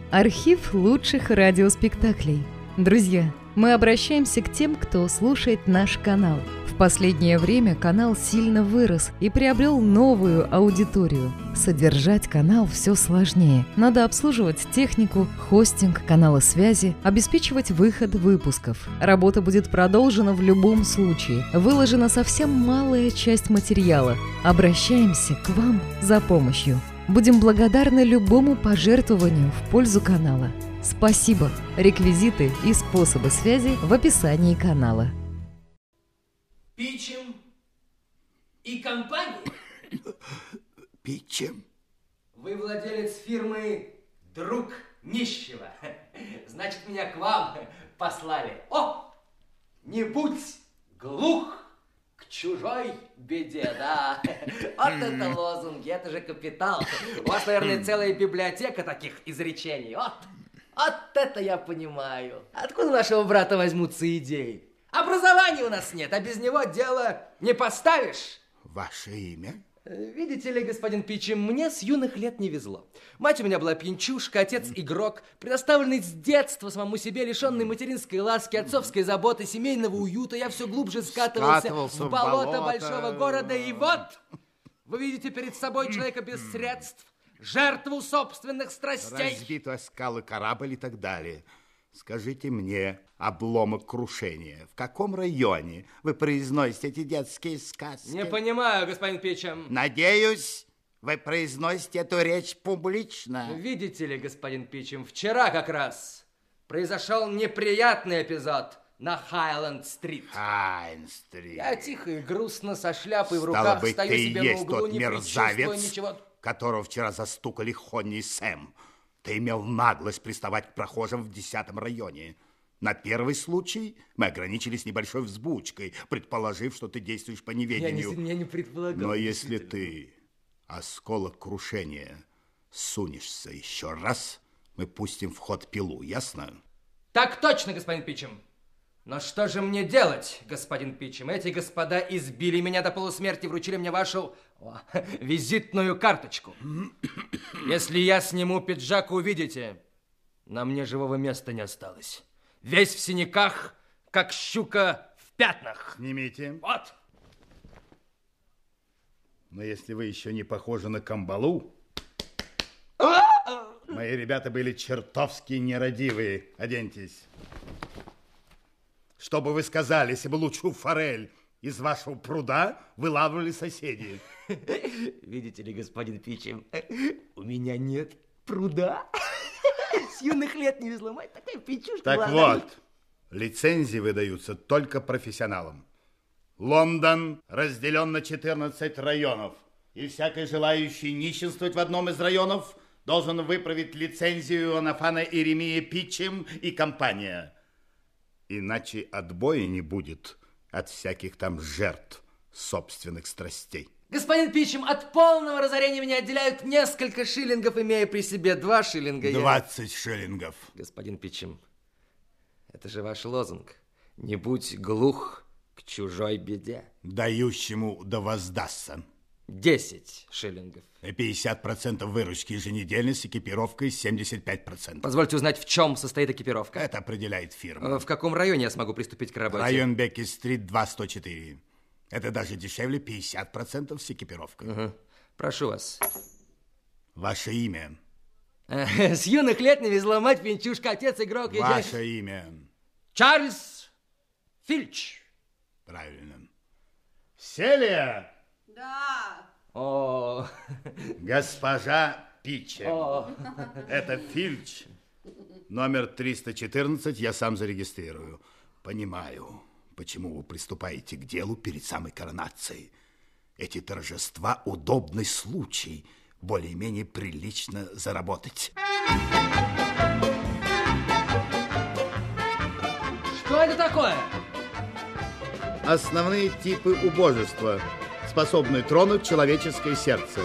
Архив лучших радиоспектаклей. Друзья, мы обращаемся к тем, кто слушает наш канал. В последнее время канал сильно вырос и приобрел новую аудиторию. Содержать канал все сложнее. Надо обслуживать технику, хостинг, каналы связи, обеспечивать выход выпусков. Работа будет продолжена в любом случае. Выложена совсем малая часть материала. Обращаемся к вам за помощью. Будем благодарны любому пожертвованию в пользу канала. Спасибо. Реквизиты и способы связи в описании канала. Питчем и компания? Питчем? Вы владелец фирмы «Друг нищего». Значит, меня к вам послали. О, не будь глух к чужой беде, да. Вот это лозунги, это же капитал. У вас, наверное, целая библиотека таких изречений. Вот это я понимаю. Откуда у нашего брата возьмутся идеи? Образования у нас нет, а без него дело не поставишь. Ваше имя? Видите ли, господин Питчем, мне с юных лет не везло. Мать у меня была пьянчушка, отец игрок, предоставленный с детства самому себе, лишенный материнской ласки, отцовской заботы, семейного уюта. Я все глубже скатывался в болото большого города. И вот, вы видите перед собой человека без средств, жертву собственных страстей. Разбит о скалы корабль и так далее. Скажите мне, обломок крушения, в каком районе вы произносите эти детские сказки? Не понимаю, господин Питчем. Надеюсь, вы произносите эту речь публично. Видите ли, господин Питчем, вчера как раз произошел неприятный эпизод на Хайленд-стрит. Хайленд-стрит. Я тихо и грустно со шляпой в руках стою себе на углу, не предчувствуя ничего. Которого вчера застукали Хонни и Сэм. Ты имел наглость приставать к прохожим в 10-м районе. На первый случай мы ограничились небольшой взбучкой, предположив, что ты действуешь по неведению. Я не предполагал. Но если ты, осколок крушения, сунешься еще раз, мы пустим в ход пилу, ясно? Так точно, господин Питчем. Но что же мне делать, господин Питчем? Эти господа избили меня до полусмерти, вручили мне вашу визитную карточку. Если я сниму пиджак, увидите, на мне живого места не осталось. Весь в синяках, как щука в пятнах. Снимите. Вот. Но если вы еще не похожи на Камбалу, мои ребята были чертовски нерадивые. Оденьтесь. Что бы вы сказали, если бы лучшую форель из вашего пруда вылавливали соседи? Видите ли, господин Питчем, у меня нет пруда. С юных лет не везло, мать такая печушка. Так вот, лицензии выдаются только профессионалам. Лондон разделен на 14 районов, и всякий желающий нищенствовать в одном из районов должен выправить лицензию Анафана Иеремия Питчем и компания. Иначе отбоя не будет от всяких там жертв собственных страстей. Господин Питчем, от полного разорения меня отделяют несколько шиллингов, имея при себе 2 шиллинга. 20 шиллингов. Господин Питчем, это же ваш лозунг. Не будь глух к чужой беде. Дающему да воздастся. 10 шиллингов. 50% выручки еженедельно с экипировкой 75%. Позвольте узнать, в чем состоит экипировка? Это определяет фирма. В каком районе я смогу приступить к работе? Район Бекки-стрит 2-104. Это даже дешевле 50% с экипировкой. Угу. Прошу вас. Ваше имя? С юных лет не везло, мать пьянчушка, отец игрок. Ваше имя? Чарльз Филч. Правильно. Селия! Да. О. Госпожа Питчем. О. Это Филч. Номер 314 я сам зарегистрирую. Понимаю, почему вы приступаете к делу перед самой коронацией. Эти торжества – удобный случай более-менее прилично заработать. Что это такое? Основные типы убожества, способные тронуть человеческое сердце.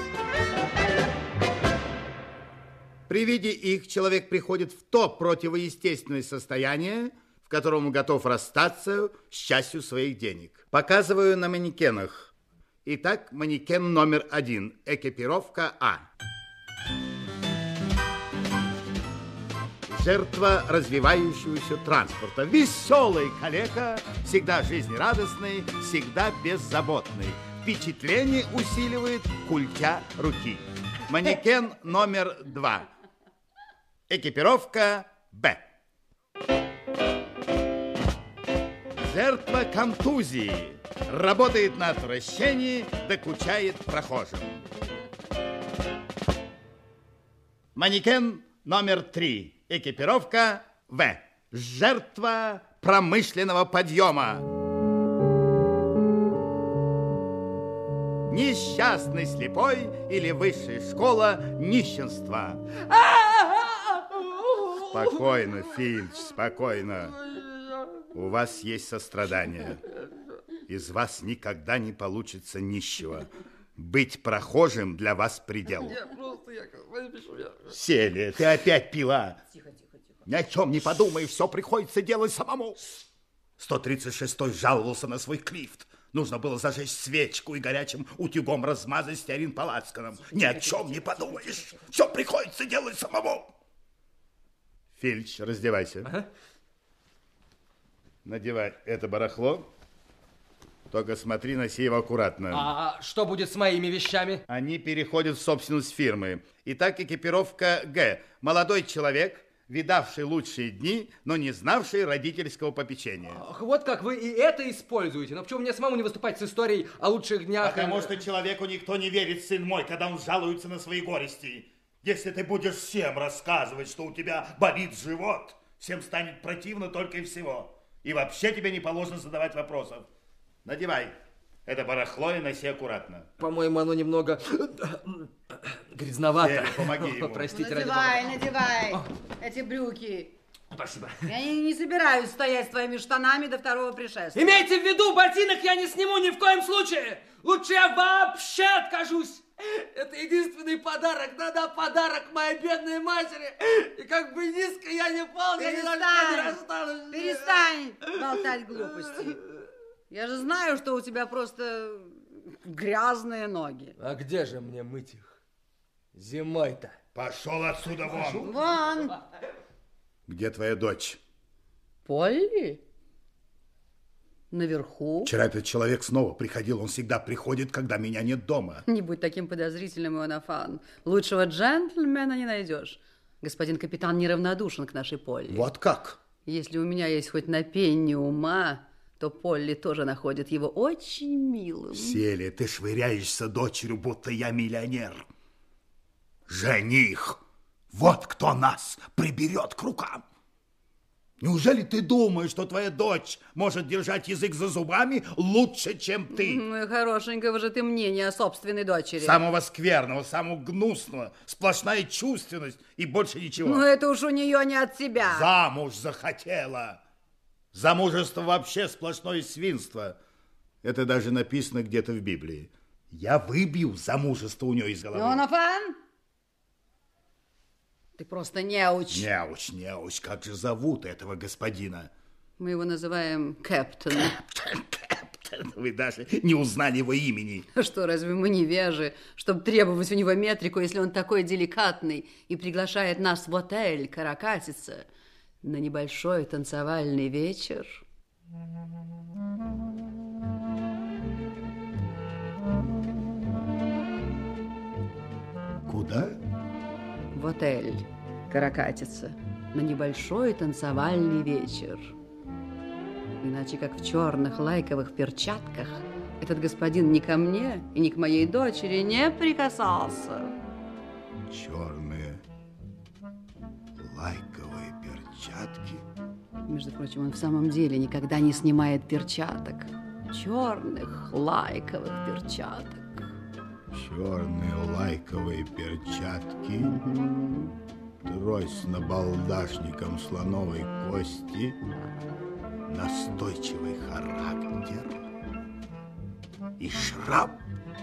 При виде их человек приходит в то противоестественное состояние, в котором он готов расстаться с частью своих денег. Показываю на манекенах. Итак, манекен номер 1. Экипировка А. жертва развивающегося транспорта. Веселый калека, всегда жизнерадостный, всегда беззаботный. Впечатление усиливает культя руки. Манекен номер 2. Экипировка Б. Жертва контузии. Работает на отвращении, докучает прохожим. Манекен номер 3. Экипировка В. Жертва промышленного подъема. Несчастный слепой или высшая школа нищенства. Спокойно, Фильч, спокойно. У вас есть сострадание. Из вас никогда не получится нищего. Быть прохожим для вас предел. Селия, ты опять пила. Тихо. Ни о чем не подумай, все приходится делать самому. 136-й жаловался на свой клифт. Нужно было зажечь свечку и горячим утюгом размазать стеарин по лацканам. Ни о чем не подумаешь. Все приходится делать самому. Фильч, раздевайся. Ага. Надевай это барахло. Только смотри, носи его аккуратно. А что будет с моими вещами? Они переходят в собственность фирмы. Итак, экипировка Г. Молодой человек, видавший лучшие дни, но не знавший родительского попечения. Ах, вот как вы и это используете. Но почему мне самому не выступать с историей о лучших днях? Потому что человеку никто не верит, сын мой, когда он жалуется на свои горести. Если ты будешь всем рассказывать, что у тебя болит живот, всем станет противно только и всего. И вообще тебе не положено задавать вопросов. Надевай это барахло и носи аккуратно. По-моему, оно немного грязновато. Селия, помоги ему. Простите, надевай эти брюки. Спасибо. Я не собираюсь стоять с твоими штанами до второго пришествия. Имейте в виду, ботинок я не сниму ни в коем случае. Лучше я вообще откажусь. Это единственный подарок. Да-да, подарок моей бедной матери. И как бы низко я не пал, я ни на что не расстанусь. Перестань болтать глупости. Я же знаю, что у тебя просто грязные ноги. А где же мне мыть их? Зимой-то. Пошел отсюда вон. Вон. Где твоя дочь? Полли? Наверху. Вчера этот человек снова приходил. Он всегда приходит, когда меня нет дома. Не будь таким подозрительным, Иоаннафан. Лучшего джентльмена не найдешь. Господин капитан неравнодушен к нашей Полли. Вот как? Если у меня есть хоть на пенни ума, то Полли тоже находит его очень милым. Селия, ты швыряешься дочерью, будто я миллионер. Жених, вот кто нас приберет к рукам. Неужели ты думаешь, что твоя дочь может держать язык за зубами лучше, чем ты? Ну и хорошенького же ты мнения о собственной дочери. Самого скверного, самого гнусного, сплошная чувственность и больше ничего. Ну это уж у нее не от тебя. Замуж захотела. Замужество вообще сплошное свинство. Это даже написано где-то в Библии. Я выбью замужество у нее из головы. Иоаннафан? Ты просто неуч. Неуч. Как же зовут этого господина? Мы его называем Кэптон. Кэптон. Вы даже не узнали его имени. Что, разве мы невежи, чтобы требовать у него метрику, если он такой деликатный и приглашает нас в отель «Каракатица» на небольшой танцевальный вечер? Куда? В отель «Каракатица» на небольшой танцевальный вечер. Иначе как в черных лайковых перчатках этот господин ни ко мне и ни к моей дочери не прикасался. Черные лайковые перчатки. Между прочим, он в самом деле никогда не снимает перчаток. Черных лайковых перчаток. Черные лайковые перчатки, трость с набалдашником слоновой кости, настойчивый характер и шрам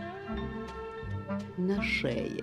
на шее.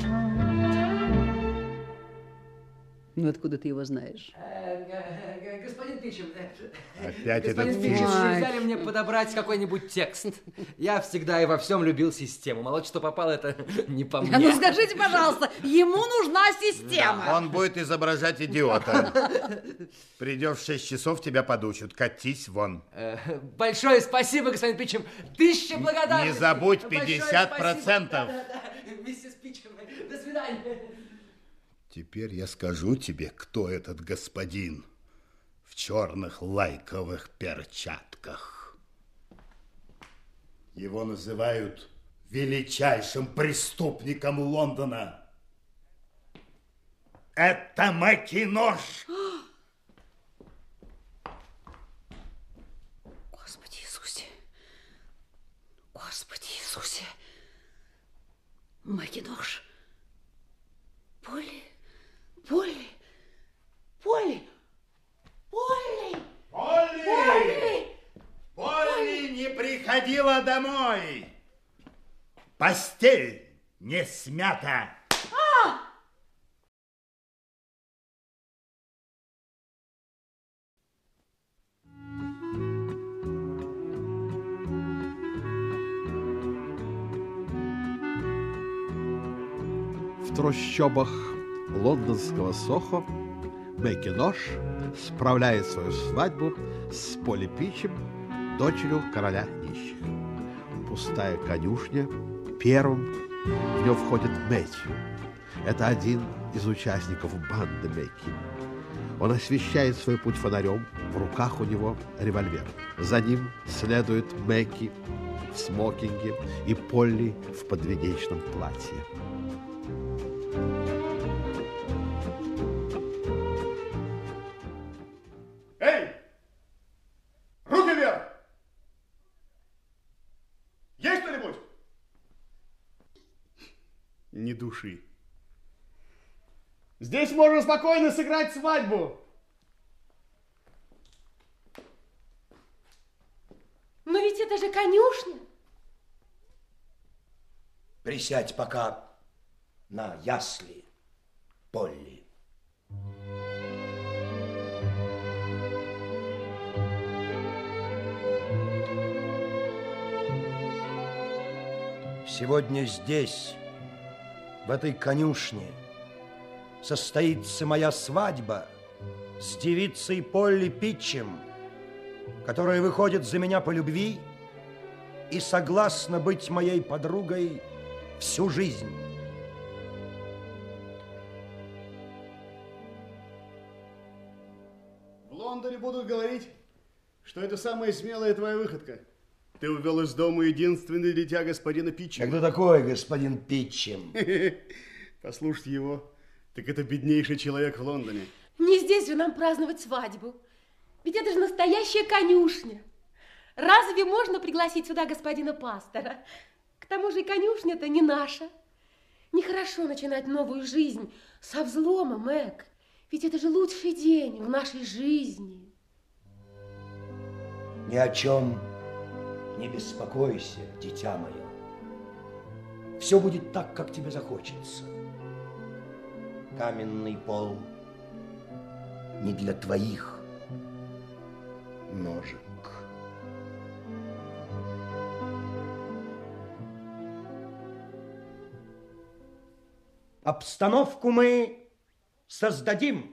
Ну, откуда ты его знаешь? Господин Питчем, Опять этот господин Питчем, фиш. нельзя ли мне подобрать какой-нибудь текст? Я всегда и во всем любил систему. Мало что попало, это не по мне. Ну скажите, пожалуйста, ему нужна система. Он будет изображать идиота. Придешь в 6 часов, тебя подучат. Катись вон. Большое спасибо, господин Питчем. 1000 благодарностей. Не забудь, Большое 50%. спасибо. Да. Миссис Питчем, до свидания. Теперь я скажу тебе, кто этот господин в черных лайковых перчатках. Его называют величайшим преступником Лондона. Это Макинош. Господи Иисусе. Господи Иисусе. Макинош. Полли. Полли. Полли. Полли. Полли! Полли не приходила домой. Постель не смята. В трущобах лондонского Сохо Макинош справляет свою свадьбу с Полли Питчем, дочерью короля нищих. Пустая конюшня. Первым в нее входит Мэтью. Это один из участников банды Мэкки. Он освещает свой путь фонарем, в руках у него револьвер. За ним следует Мэкки в смокинге и Полли в подвенечном платье. Эй! Руки вверх! Есть кто-нибудь? Ни души. Здесь можно спокойно сыграть свадьбу. Но ведь это же конюшня. Присядь пока на ясли, Полли. Сегодня здесь, в этой конюшне, состоится моя свадьба с девицей Полли Питчем, которая выходит за меня по любви и согласна быть моей подругой всю жизнь. В Лондоне будут говорить, что это самая смелая твоя выходка. Ты увел из дома единственное дитя господина Питчема. А кто такой господин Питчем? Послушать его, так это беднейший человек в Лондоне. Не здесь же нам праздновать свадьбу. Ведь это же настоящая конюшня. Разве можно пригласить сюда господина пастора? К тому же и конюшня-то не наша. Нехорошо начинать новую жизнь со взлома, Мэг. Ведь это же лучший день в нашей жизни. Ни о чем не беспокойся, дитя мое. Все будет так, как тебе захочется. Каменный пол не для твоих ножек. Обстановку мы создадим.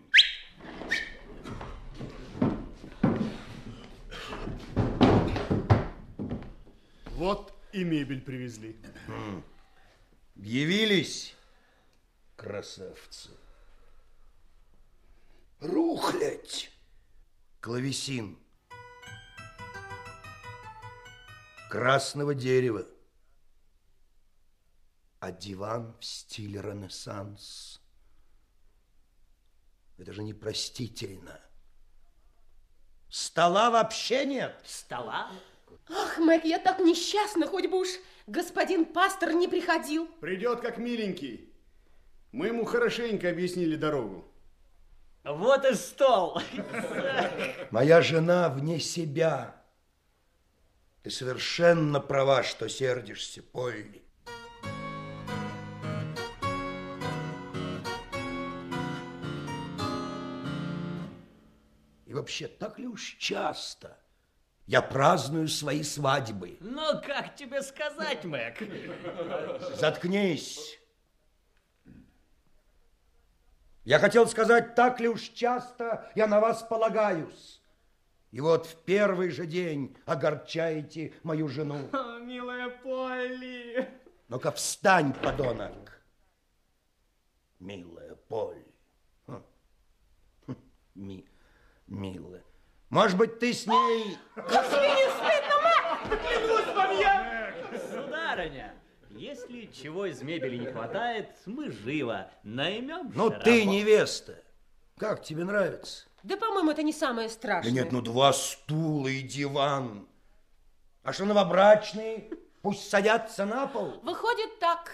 Вот и мебель привезли. Явились, красавцы. Рухлядь. Клавесин. Красного дерева. А диван в стиле Ренессанс. Это же непростительно. Стола вообще нет. Стола? Ах, Мэг, я так несчастна, хоть бы уж господин пастор не приходил. Придет как миленький. Мы ему хорошенько объяснили дорогу. Вот и стол. Моя жена вне себя. Ты совершенно права, что сердишься, Полли. И вообще, так ли уж часто я праздную свои свадьбы? Ну, как тебе сказать, Мэг? Заткнись. Я хотел сказать, так ли уж часто я на вас полагаюсь. И вот в первый же день огорчаете мою жену. О, милая Полли. Ну-ка, встань, подонок. Милая Полли. Милая. Может быть, ты с ней... Клянусь вам я! Сударыня, если чего из мебели не хватает, мы живо наймем Ну, шарапов. ты невеста. Как тебе нравится? Да, по-моему, это не самое Да страшное. нет, ну 2 стула и диван. А что новобрачные? Пусть садятся на пол. Выходит так.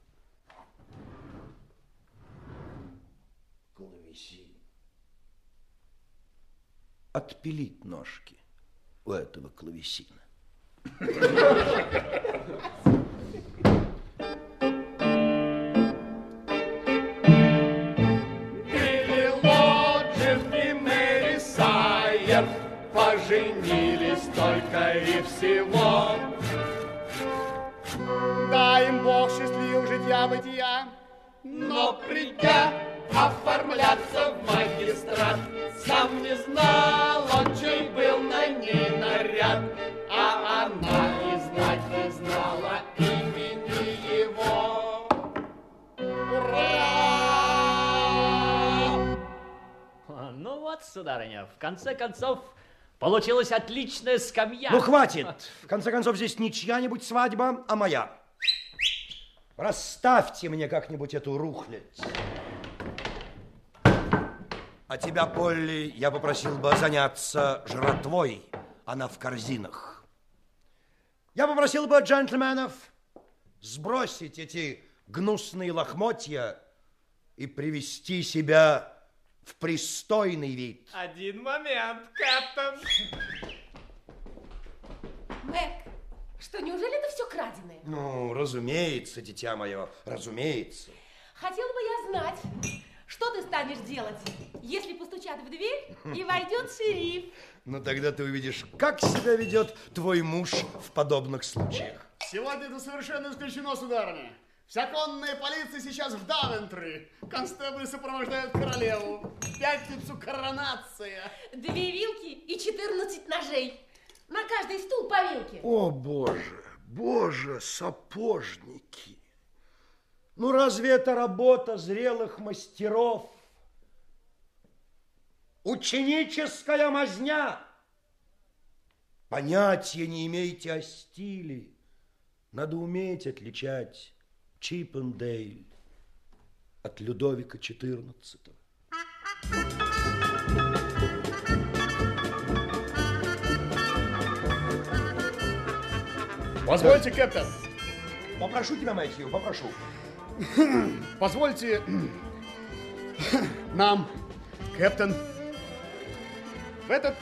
Клавесин. Отпилить ножки у этого клавесина. Билли Лоджин и Мэри Сайер поженились только и всего. Дай им Бог счастливого житья-бытия. Но придя оформляться в магистрат, сам не знал он, чей был на ней наряд, а она и знать не знала имени его. Ура! Ну вот, сударыня, в конце концов, получилась отличная скамья. Ну, хватит. В конце концов, здесь не чья-нибудь свадьба, а моя. Расставьте мне как-нибудь эту рухлядь. А тебя, Полли, я попросил бы заняться жратвой. Она в корзинах. Я попросил бы джентльменов сбросить эти гнусные лохмотья и привести себя в пристойный вид. Один момент, капитан. Мэг, что, неужели это все краденое? Ну, разумеется, дитя мое, разумеется. Хотела бы я знать, что ты станешь делать, если постучат в дверь и войдет шериф? Ну, тогда ты увидишь, как себя ведет твой муж в подобных случаях. Сегодня это совершенно исключено, сударыня. Вся конная полиция сейчас в Давентри. Констебли сопровождают королеву. В пятницу коронация. 2 вилки и 14 ножей. На каждый стул по вилке. О, Боже, сапожники. Ну, разве это работа зрелых мастеров? Ученическая мазня. Понятия не имеете о стиле. Надо уметь отличать Чиппендейл от Людовика XIV. Позвольте, капитан. Попрошу тебя, Мэтью, попрошу. Позвольте нам, капитан, в этот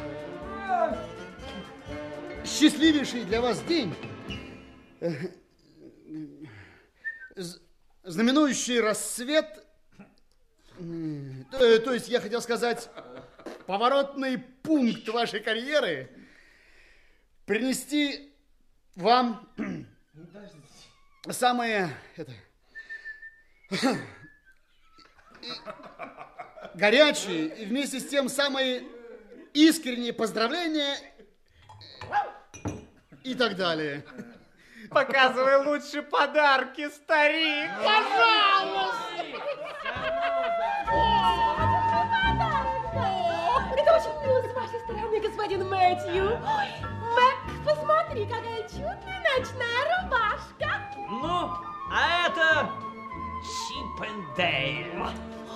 счастливейший для вас день, знаменующий рассвет, то есть я хотел сказать, поворотный пункт вашей карьеры, принести вам самое горячие и вместе с тем самые искренние поздравления и так далее. Показывай лучше подарки, старик. Пожалуйста! Это очень мило с вашей стороны, господин Мэтью. Ой, Мэг, посмотри, какая чудная ночная рубашка. Ну, а это Чиппендейл.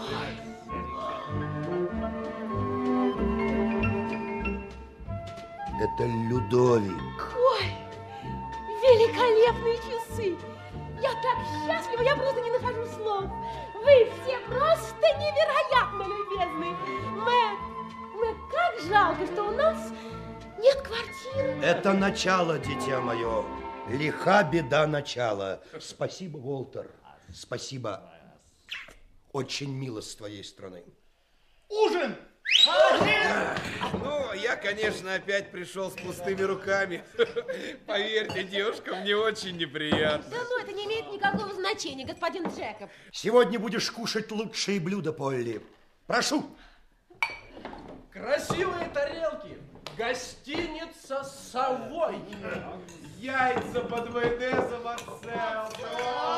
Это Людовик. Ой, великолепные часы. Я так счастлива, я просто не нахожу слов. Вы все просто невероятно любезны. Мэг, как жалко, что у нас нет квартиры. Это начало, дитя мое. Лиха беда начала. Спасибо, Уолтер. Спасибо. Очень мило с твоей стороны. Ужин! Ну, я, конечно, опять пришел с пустыми руками. Поверьте, девушка, мне очень неприятно. Да ну, это не имеет никакого значения, господин Джекоб. Сегодня будешь кушать лучшие блюда, Полли. Прошу. Красивые тарелки. Гостиница «Совой». Яйца под майонезом от Селта.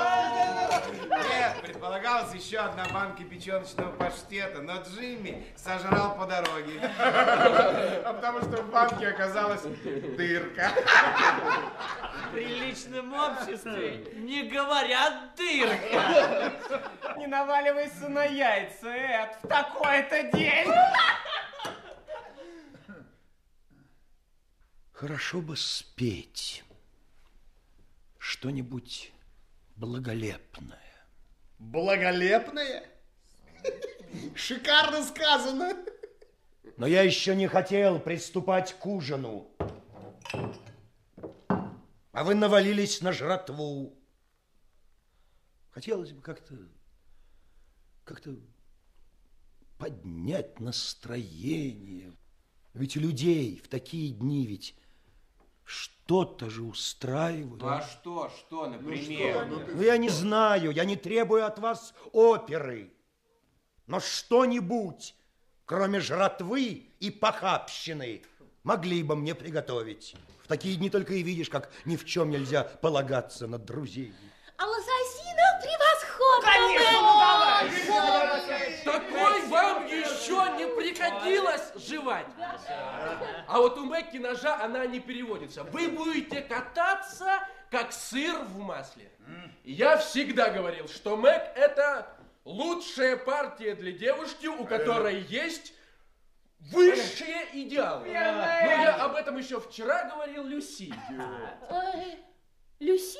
Нет, предполагалось еще одна банка печеночного паштета, но Джимми сожрал по дороге. А потому что в банке оказалась дырка. В приличном обществе не говорят дырка. Не наваливайся на яйца, Эд, в такой-то день. Хорошо бы спеть что-нибудь благолепное. Благолепное? Шикарно сказано. Но я еще не хотел приступать к ужину. А вы навалились на жратву. Хотелось бы как-то поднять настроение. Ведь у людей в такие дни ведь что-то же устраивают. Ну а что, например? Ну, я не знаю, я не требую от вас оперы. Но что-нибудь, кроме жратвы и похабщины, могли бы мне приготовить. В такие дни только и видишь, как ни в чем нельзя полагаться на друзей. А лососина превосходна. Конечно, ну давай. Такой вам еще не приходилось жевать. А вот у Мэкки ножа она не переводится. Вы будете кататься, как сыр в масле. Я всегда говорил, что Мэг – это лучшая партия для девушки, у которой есть высшие идеалы. Но я об этом еще вчера говорил Люси. Люси?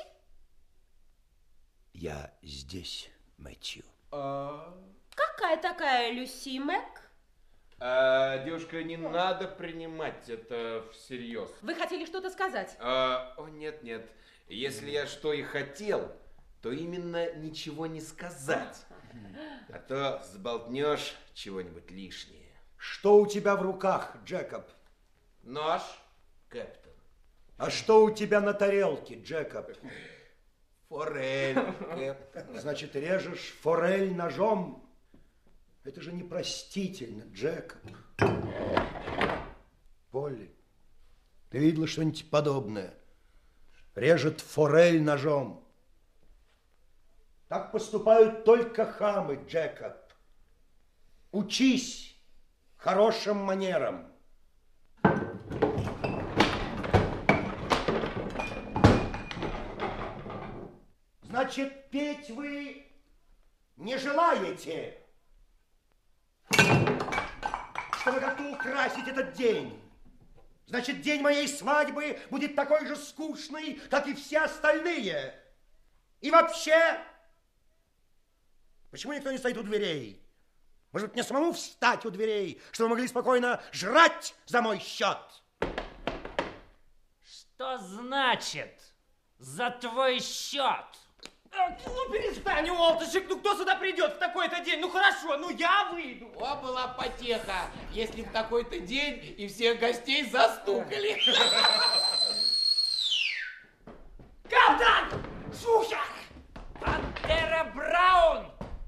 Я здесь, Мэтью. Какая такая Люси, Мэг? Девушка, не надо принимать это всерьез. Вы хотели что-то сказать? О, нет. Если я что и хотел, то именно ничего не сказать. А то сболтнешь чего-нибудь лишнее. Что у тебя в руках, Джекоб? Нож, капитан. А что у тебя на тарелке, Джекоб? Форель, капитан. Значит, режешь форель ножом? Это же непростительно, Джекоб. Полли, ты видела что-нибудь подобное? Режет форель ножом. Так поступают только хамы, Джекоб. Учись хорошим манерам. Значит, петь вы не желаете, чтобы как-то украсить этот день. Значит, день моей свадьбы будет такой же скучный, как и все остальные. И вообще, почему никто не стоит у дверей? Может быть, мне самому встать у дверей, чтобы вы могли спокойно жрать за мой счет? Что значит за твой счет? Ну перестань, Уолтышек, ну кто сюда придет в такой-то день? Ну хорошо, ну я выйду. О, была потеха, если в такой-то день и всех гостей застукали. Капитан! Сухер! Пантера Браун!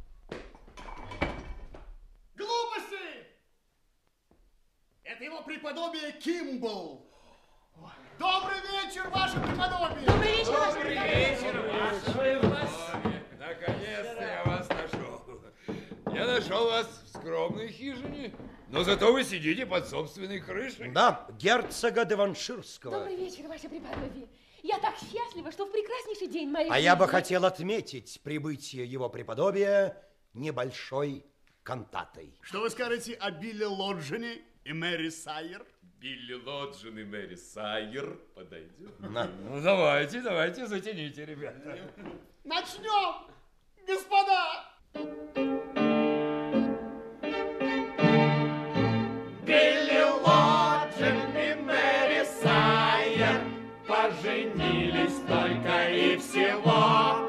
Глупости! Это его преподобие Кимбл. Добрый вечер, ваше преподобие! Добрый вечер, ваше Добрый вечер, ваше преподобие! Наконец-то я вас нашел. Я нашел вас в скромной хижине, но зато вы сидите под собственной крышей. Да, герцога Деванширского. Добрый вечер, ваше преподобие. Я так счастлива, что в прекраснейший день моей жизни... А я бы хотел отметить прибытие его преподобия небольшой кантатой. Что вы скажете о Билли Лоджине и Мэри Сайер? Билли Лоджин и Мэри Сайер подойдет. Ну, давайте, затяните, ребята. Начнем, господа! Билли Лоджин и Мэри Сайер поженились только и всего.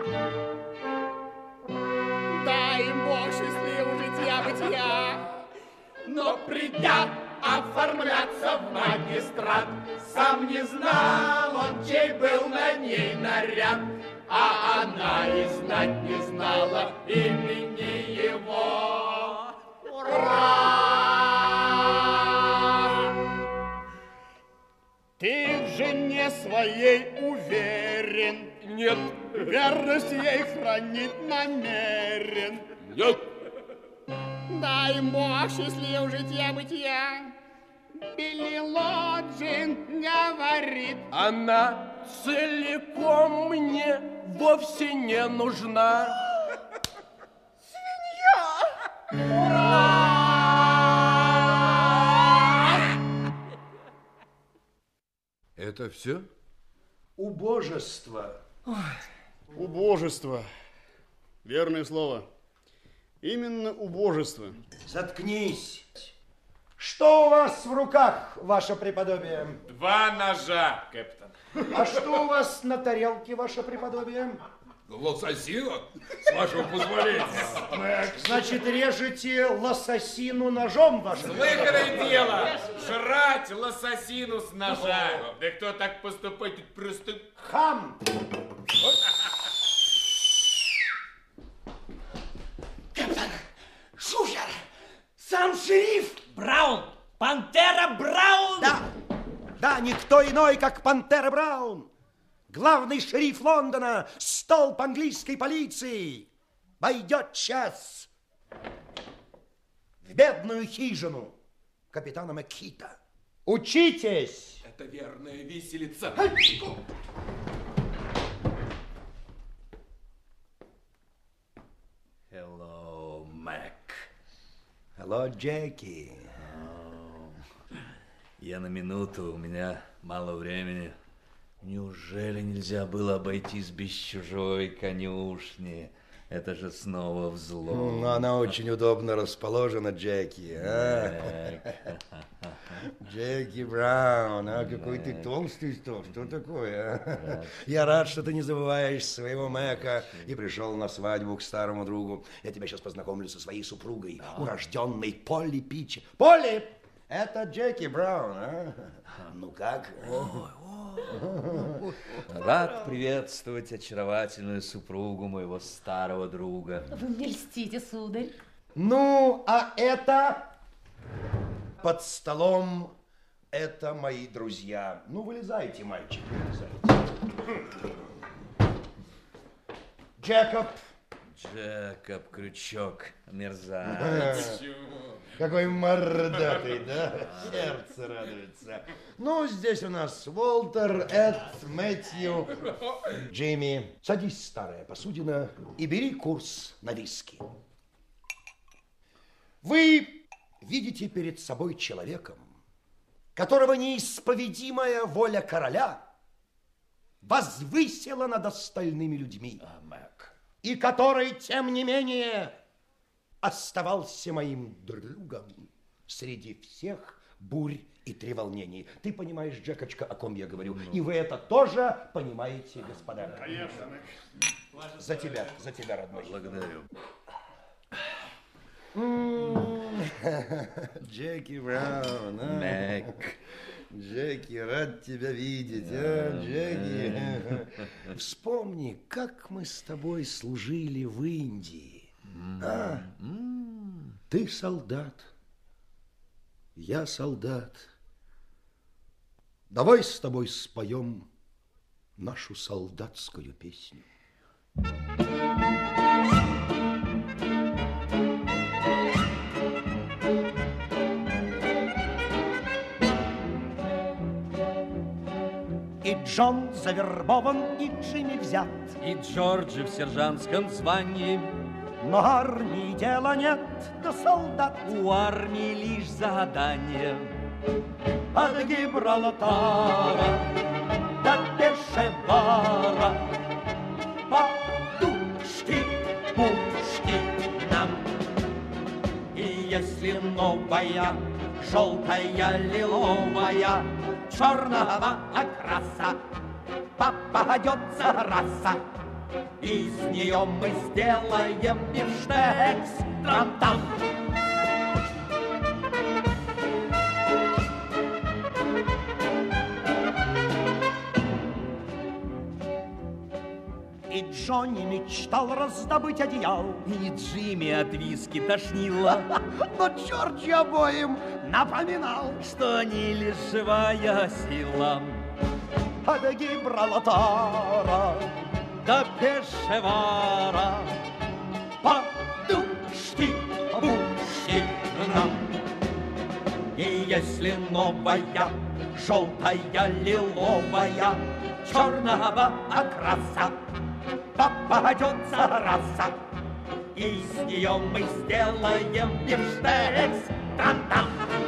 Дай им Бог счастливого жития-бытия! Но придя оформляться в магистрат. Сам не знал он, чей был на ней наряд, а она и знать не знала имени его. Ура! Ты в жене своей уверен? Нет. Верность ей хранить намерен? Нет. Дай Бог счастлив житья-бытия. Билли Лоджин говорит: она целиком мне вовсе не нужна. Это все? Убожество. Убожество. Верное слово. Именно убожество. Заткнись. Что у вас в руках, ваше преподобие? 2 ножа, капитан. А что у вас на тарелке, ваше преподобие? Лососина, с вашего позволения. Значит, режете лососину ножом, ваше преподобие? Слыханное дело, жрать лососину с ножа. Да кто так поступает, просто... Хам! Капитан, Шухер, сам шериф. Браун! Пантера Браун! Да, никто иной, как Пантера Браун. Главный шериф Лондона, столб английской полиции. Войдет час в бедную хижину капитана Маккита. Учитесь! Это верная виселица. Hello, Mac. Hello, Джеки. Я на минуту, у меня мало времени. Неужели нельзя было обойтись без чужой конюшни? Это же снова взлом. Ну, она очень удобно расположена, Джеки. Джеки Браун, какой ты толстый стал. Что такое? Я рад, что ты не забываешь своего Мэка и пришел на свадьбу к старому другу. Я тебя сейчас познакомлю со своей супругой, урожденной Полли Питчи. Полли! Это Джеки Браун, Ну как? Рад приветствовать очаровательную супругу моего старого друга. Вы мне льстите, сударь. Ну, а это под столом, это мои друзья. Ну, вылезайте, мальчик, вылезайте. Джекоб. Джекоб Крючок, мерзавец. Какой мордатый, да? Сердце радуется. Ну, здесь у нас Уолтер, Эд, Мэтью, Джимми. Садись, старая посудина, и бери курс на виски. Вы видите перед собой человеком, которого неисповедимая воля короля возвысила над остальными людьми. И который, тем не менее, оставался моим другом среди всех бурь и треволнений. Ты понимаешь, Джекочка, о ком я говорю? И вы это тоже понимаете, господа? Конечно. За тебя, родной. Благодарю. Джеки Браун, Мэк. Джеки, рад тебя видеть, Джеки. Вспомни, как мы с тобой служили в Индии. Ты солдат, я солдат. Давай с тобой споем нашу солдатскую песню. И Джон завербован, и Джимми взят, И Джорджи в сержантском звании. но армии дела нет, да солдат. У армии лишь задание. От Гибралтара до Пешавара подушки, пушки нам. И если новая, желтая, лиловая, черного окраса попадется раса, из нее мы сделаем бифштекс. Трам-там. Джонни мечтал раздобыть одеял. И Джимми от виски тошнило. Но Джорджи обоим напоминал, что они лишь живая сила. А до Гибралтара, до Пешавара, подушки, пушки нам. И если новая, желтая, лиловая, черного окраса попадется раса, и с нее мы сделаем бифштекс. Там-там.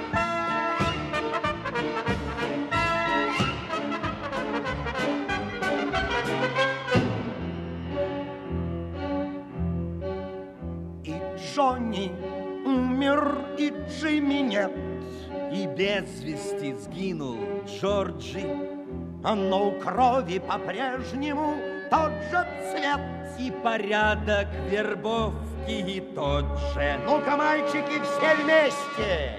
И Джонни умер, и Джимми нет. И без вести сгинул Джорджи. Но у крови по-прежнему тот же цвет. И порядок вербовки тот же. Ну-ка, мальчики, все вместе!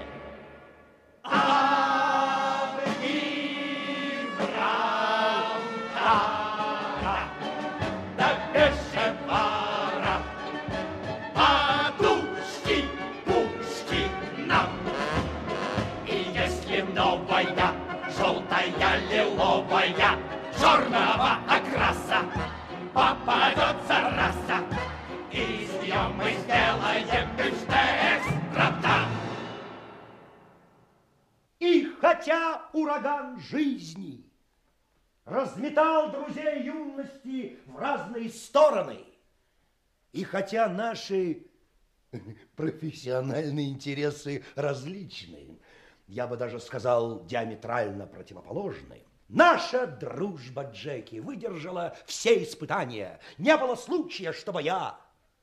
Желтая, лиловая, черного окраса попадется раса, и с нее мы сделаем бифштекс. Тра-та! И хотя ураган жизни разметал друзей юности в разные стороны, и хотя наши профессиональные интересы различны, я бы даже сказал, диаметрально противоположны, наша дружба, Джеки, выдержала все испытания. Не было случая, чтобы я,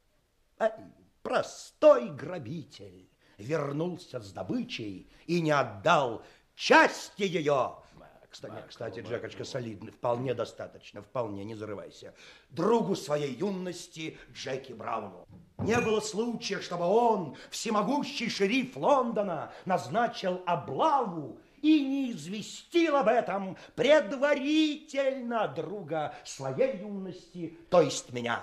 простой грабитель, вернулся с добычей и не отдал части ее. Кстати, Джекочка, солидный, вполне достаточно, вполне, не зарывайся. Другу своей юности Джеки Брауну. Не было случая, чтобы он, всемогущий шериф Лондона, назначил облаву и не известил об этом предварительно друга своей юности, то есть меня.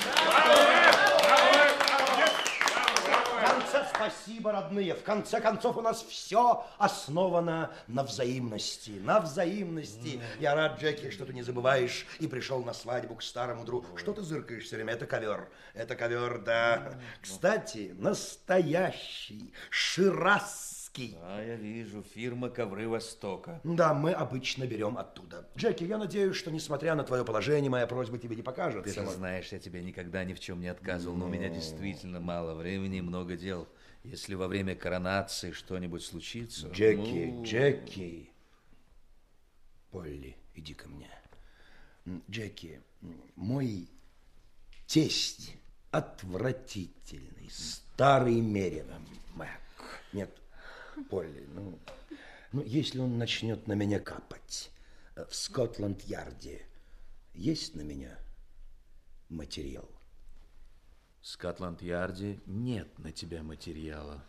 В конце спасибо, родные. В конце концов, у нас все основано на взаимности. На взаимности. Я рад, Джеки, что ты не забываешь и пришел на свадьбу к старому другу. Что ты зыркаешь все время? Это ковер. Это ковер, да. Кстати, настоящий, ширазский. А, я вижу, фирма «Ковры Востока». Да, мы обычно берем оттуда. Джеки, я надеюсь, что, несмотря на твое положение, моя просьба тебе не покажется. Ты же знаешь, я тебе никогда ни в чем не отказывал, но у меня действительно мало времени и много дел. Если во время коронации что-нибудь случится... Джеки. Полли, иди ко мне. Джеки, мой тесть отвратительный, старый Мерином. Нет, Полли, ну, если он начнет на меня капать в Скотланд-Ярде, есть на меня материал? В Скотланд-Ярде нет на тебя материала.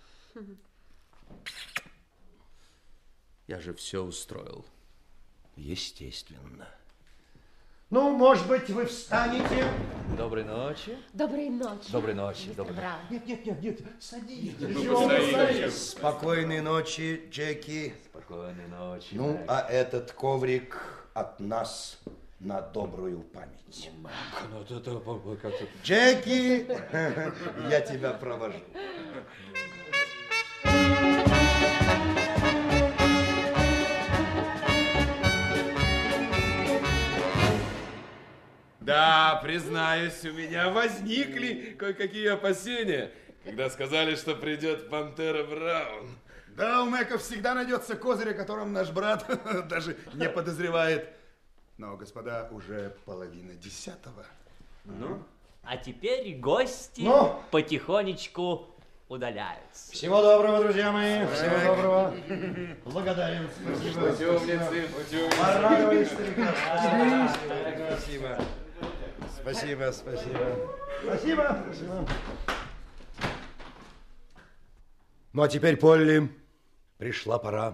Я же все устроил. Естественно. Ну, может быть, вы встанете? Доброй ночи. Доброй ночи. Доброй ночи. Нет, садитесь. Спокойной ночи, Джеки. Спокойной ночи. Ну, Мэг. А этот коврик от нас на добрую память. Джеки, я тебя провожу. Да, признаюсь, у меня возникли кое-какие опасения, когда сказали, что придет Пантера Браун. Да, у Мэка всегда найдется козырь, о котором наш брат даже не подозревает. Но, господа, уже 9:30. Ну? А теперь гости потихонечку удаляются. Всего доброго, друзья мои. Всего доброго. Благодарен. Спасибо. Порадовали старика. Спасибо. Спасибо. Ну, а теперь, Полли, пришла пора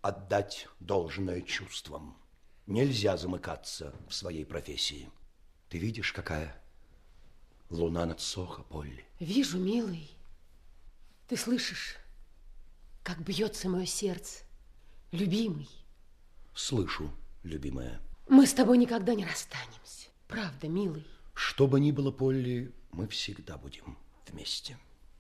отдать должное чувствам. Нельзя замыкаться в своей профессии. Ты видишь, какая луна над Сохо, Полли? Вижу, милый. Ты слышишь, как бьется мое сердце, любимый? Слышу, любимая. Мы с тобой никогда не расстанемся. Правда, милый? Что бы ни было, Полли, мы всегда будем вместе.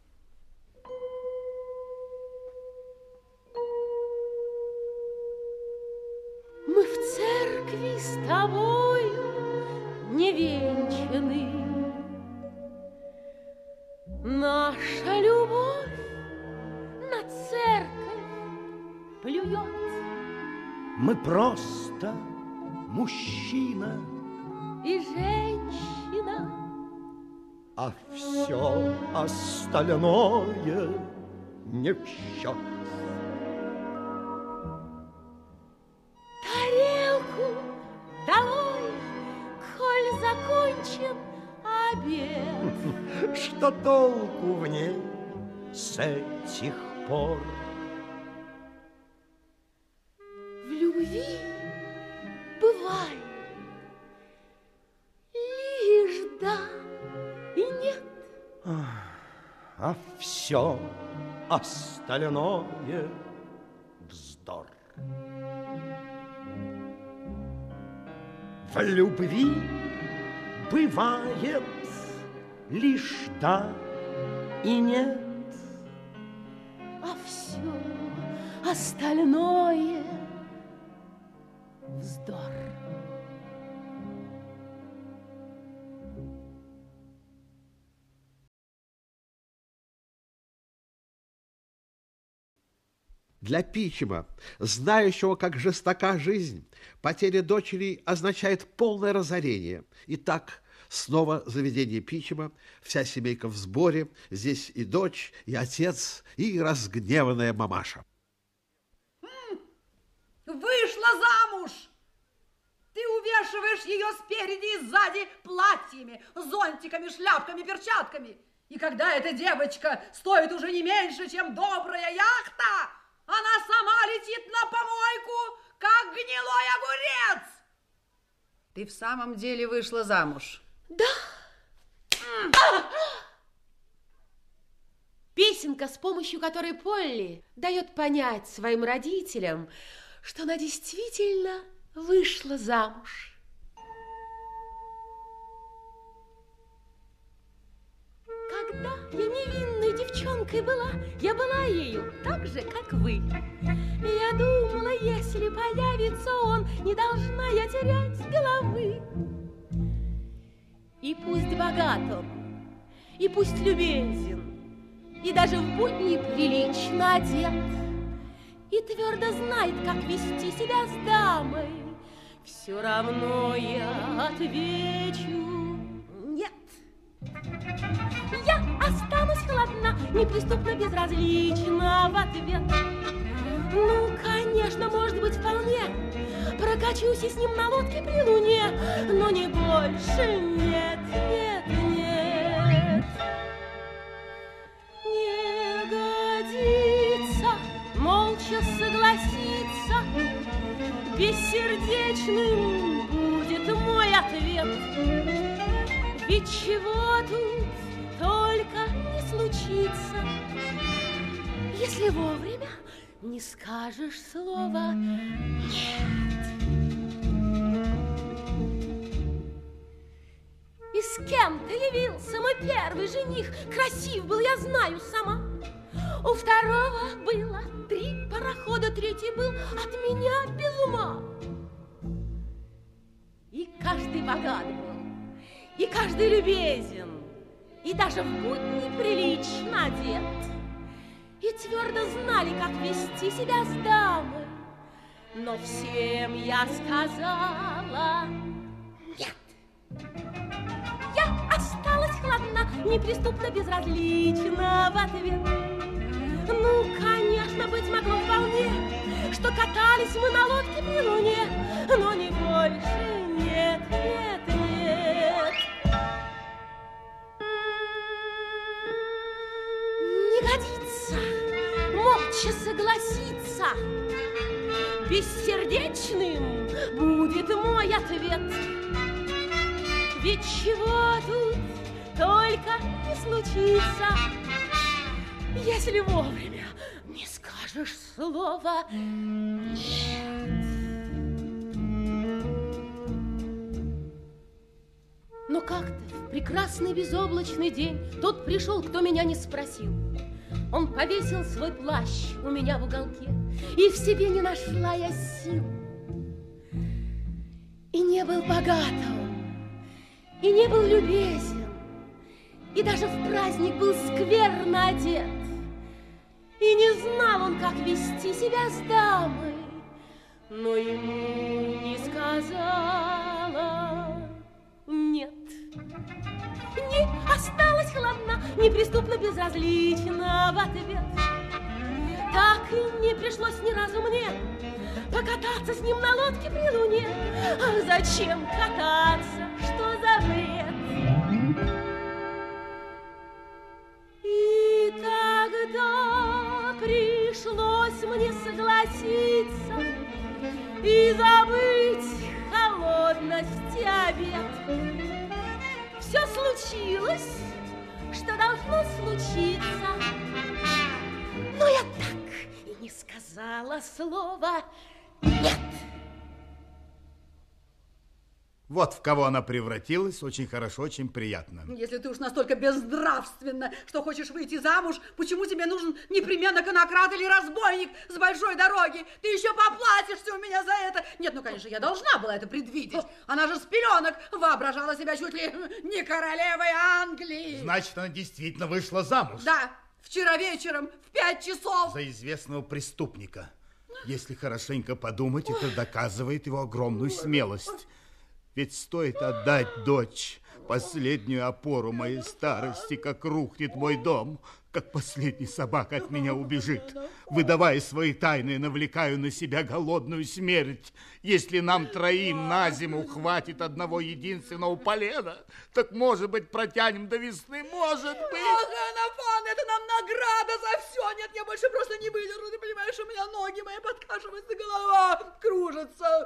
Мы в церкви с тобою невенчаны. Наша любовь на церковь плюет. Мы просто мужчина и женщина, а все остальное не в счет. Тарелку долой, коль закончен обед. Что толку в ней с этих пор? В любви бывает лишь да и нет. А все остальное вздор. В любви бывает лишь да и нет. А все остальное вздор. Для Пичема, знающего, как жестока жизнь, потеря дочери означает полное разорение. Итак, снова заведение Пичема, вся семейка в сборе, здесь и дочь, и отец, и разгневанная мамаша. Вышла замуж! Ты увешиваешь ее спереди и сзади платьями, зонтиками, шляпками, перчатками. И когда эта девочка стоит уже не меньше, чем добрая яхта, она сама летит на помойку, как гнилой огурец. Ты в самом деле вышла замуж? Да. Песенка, с помощью которой Полли дает понять своим родителям, что она действительно вышла замуж. Когда я невинной девчонкой была, я была ею так же, как вы. Я думала, если появится он, не должна я терять головы. И пусть богат он, и пусть любезен, и даже в будни прилично одет, и твердо знает, как вести себя с дамой, все равно я отвечу нет. Я останусь холодна, неприступно безразлична в ответ. Ну, конечно, может быть, вполне прокачусь и с ним на лодке при луне, но не больше, нет, нет, нет. Не годится молча согласиться, бессердечным будет мой ответ. Ведь чего тут только не случится, если вовремя не скажешь слова «нет». И с кем-то явился мой первый жених. Красив был, я знаю сама. У второго было 3 парохода, третий был от меня без ума. И каждый богат был, и каждый любезен, и даже в будни прилично одет. И твердо знали, как вести себя с дамой. Но всем я сказала нет. Я осталась холодна, неприступно безразлична в ответ. Ну, конечно, быть могло вполне, что катались мы на лодке при луне, но не больше, нет, нет, нет. Не годится молча согласиться, бессердечным будет мой ответ. Ведь чего тут только не случится, если вовремя не скажешь слова «нет». Но как-то в прекрасный безоблачный день тот пришел, кто меня не спросил. Он повесил свой плащ у меня в уголке, и в себе не нашла я сил. И не был богат он, и не был любезен, и даже в праздник был скверно одет. И не знал он, как вести себя с дамой, но ему не сказала нет. Не осталась холодна, неприступно безразлична в ответ. Так и не пришлось ни разу мне покататься с ним на лодке при луне. А зачем кататься? Что за бред? И тогда пришлось мне согласиться и забыть холодность и обед. Все случилось, что должно случиться, но я так и не сказала слова «нет». Вот в кого она превратилась, очень хорошо, очень приятно. Если ты уж настолько безнравственна, что хочешь выйти замуж, почему тебе нужен непременно конократ или разбойник с большой дороги? Ты еще поплатишься у меня за это. Нет, ну, конечно, я должна была это предвидеть. Она же с пеленок воображала себя чуть ли не королевой Англии. Значит, она действительно вышла замуж? Да, вчера вечером в 5 часов. За известного преступника. Если хорошенько подумать, это доказывает его огромную смелость. Ведь стоит отдать дочь, последнюю опору моей старости, как рухнет мой дом, как последний собака от меня убежит. Выдавая свои тайны, навлекаю на себя голодную смерть. Если нам троим на зиму хватит одного единственного полена, так, может быть, протянем до весны, может быть. Ах, Анафан, это нам награда за все. Нет, я больше просто не выдержу. Ты понимаешь, у меня ноги мои подкашиваются, голова кружится.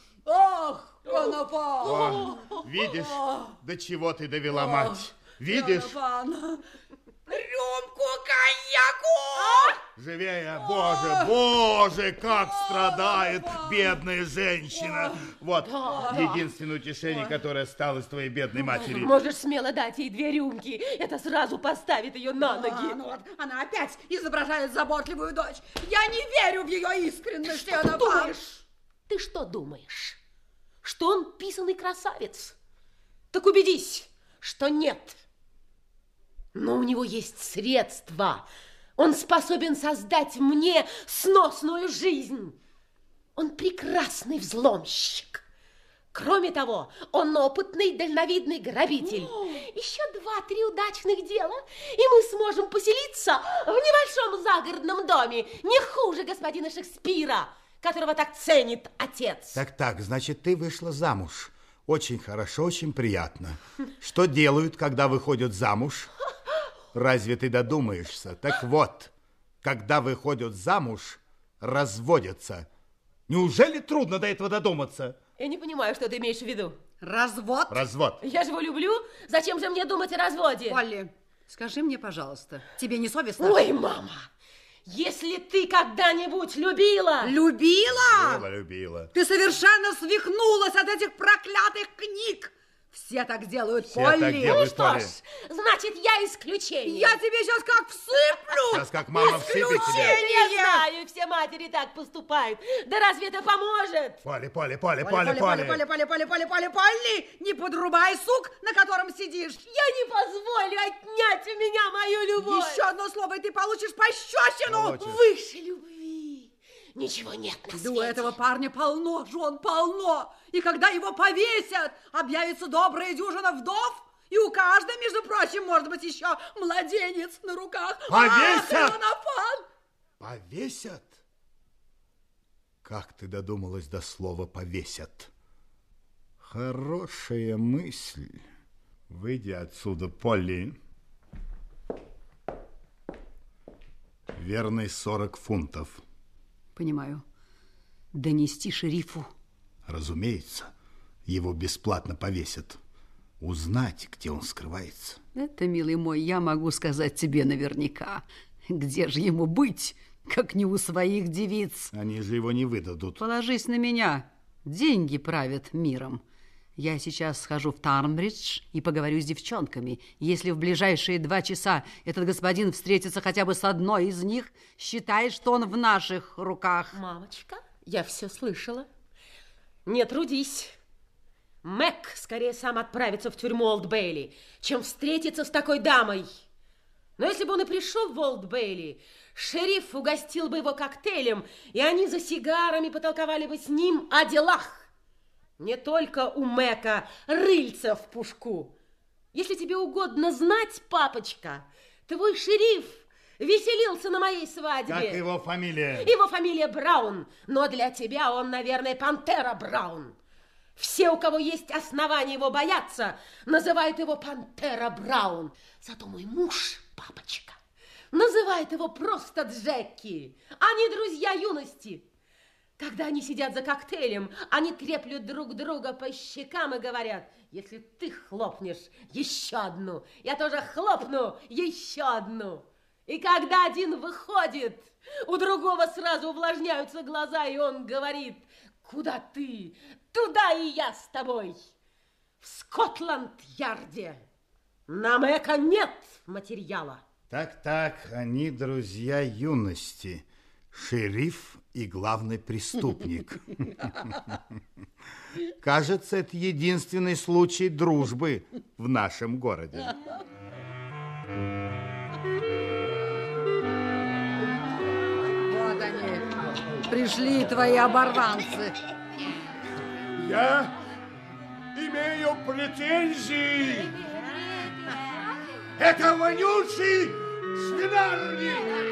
Ах, Анафан! Видишь, до чего ты довела мать? Видишь? Анафан, рюмку коньяку! Живее, Боже, Боже, как страдает бедная женщина. Вот единственное утешение, которое осталось твоей бедной матери. Можешь смело дать ей 2 рюмки. Это сразу поставит ее на ноги. Ну вот, она опять изображает заботливую дочь. Я не верю в ее искренность, Что ты думаешь? Ты что думаешь? Что он писаный красавец? Так убедись, что нет. Но у него есть средства. Он способен создать мне сносную жизнь. Он прекрасный взломщик. Кроме того, он опытный, дальновидный грабитель. Еще 2-3 удачных дела, и мы сможем поселиться в небольшом загородном доме, не хуже господина Шекспира, которого так ценит отец. Так, значит, ты вышла замуж. Очень хорошо, очень приятно. Что делают, когда выходят замуж? Разве ты додумаешься? Так вот, когда выходят замуж, разводятся. Неужели трудно до этого додуматься? Я не понимаю, что ты имеешь в виду. Развод? Развод. Я же его люблю. Зачем же мне думать о разводе? Полли, скажи мне, пожалуйста, тебе не совестно? Ой, мама, если ты когда-нибудь любила... Любила? Любила. Ты совершенно свихнулась от этих проклятых книг. Все так делают, Все Полли. так делают, Ну что ж, значит, я исключение. Я тебе сейчас как всыплю. Сейчас как мама всыпет тебя. Я знаю, все матери так поступают. Да разве это поможет? Полли. Полли, не подрубай сук, на котором сидишь. Я не позволю отнять у меня мою любовь. Еще одно слово, и ты получишь пощечину. Выше любви ничего нет на свете. Да у этого парня полно жен, полно. И когда его повесят, объявится добрая дюжина вдов, и у каждой, между прочим, может быть еще младенец на руках. Повесят! Анафан! Повесят? Как ты додумалась до слова «повесят»? Хорошая мысль. Выйди отсюда, Полли. Верный 40 фунтов. Понимаю. Донести шерифу. Разумеется, его бесплатно повесят. узнать, где он скрывается. Это, милый мой, я могу сказать тебе наверняка. Где же ему быть, как не у своих девиц? Они же его не выдадут. Положись на меня. Деньги правят миром. Я сейчас схожу в Тарнбридж и поговорю с девчонками. Если в ближайшие 2 часа этот господин встретится хотя бы с одной из них, считай, что он в наших руках. Мамочка, я все слышала. Не трудись. Мэг скорее сам отправится в тюрьму Олд-Бейли, чем встретиться с такой дамой. Но если бы он и пришел в Олд-Бейли, шериф угостил бы его коктейлем, и они за сигарами потолковали бы с ним о делах. Не только у Мэка рыльца в пушку. Если тебе угодно знать, папочка, твой шериф веселился на моей свадьбе. Как его фамилия? Его фамилия Браун, но для тебя он, наверное, Пантера Браун. Все, у кого есть основания его бояться, называют его Пантера Браун. Зато мой муж, папочка, называет его просто Джеки. Они друзья юности. Когда они сидят за коктейлем, они треплют друг друга по щекам и говорят: если ты хлопнешь еще одну, я тоже хлопну еще одну. И когда один выходит, у другого сразу увлажняются глаза, и он говорит: куда ты? Туда и я с тобой. В Скотланд-Ярде на Мэка нет материала. Так, они друзья юности. Шериф и главный преступник. Кажется, это единственный случай дружбы в нашем городе. Вот они, пришли твои оборванцы. Я имею претензии. Это вонючий свинарник.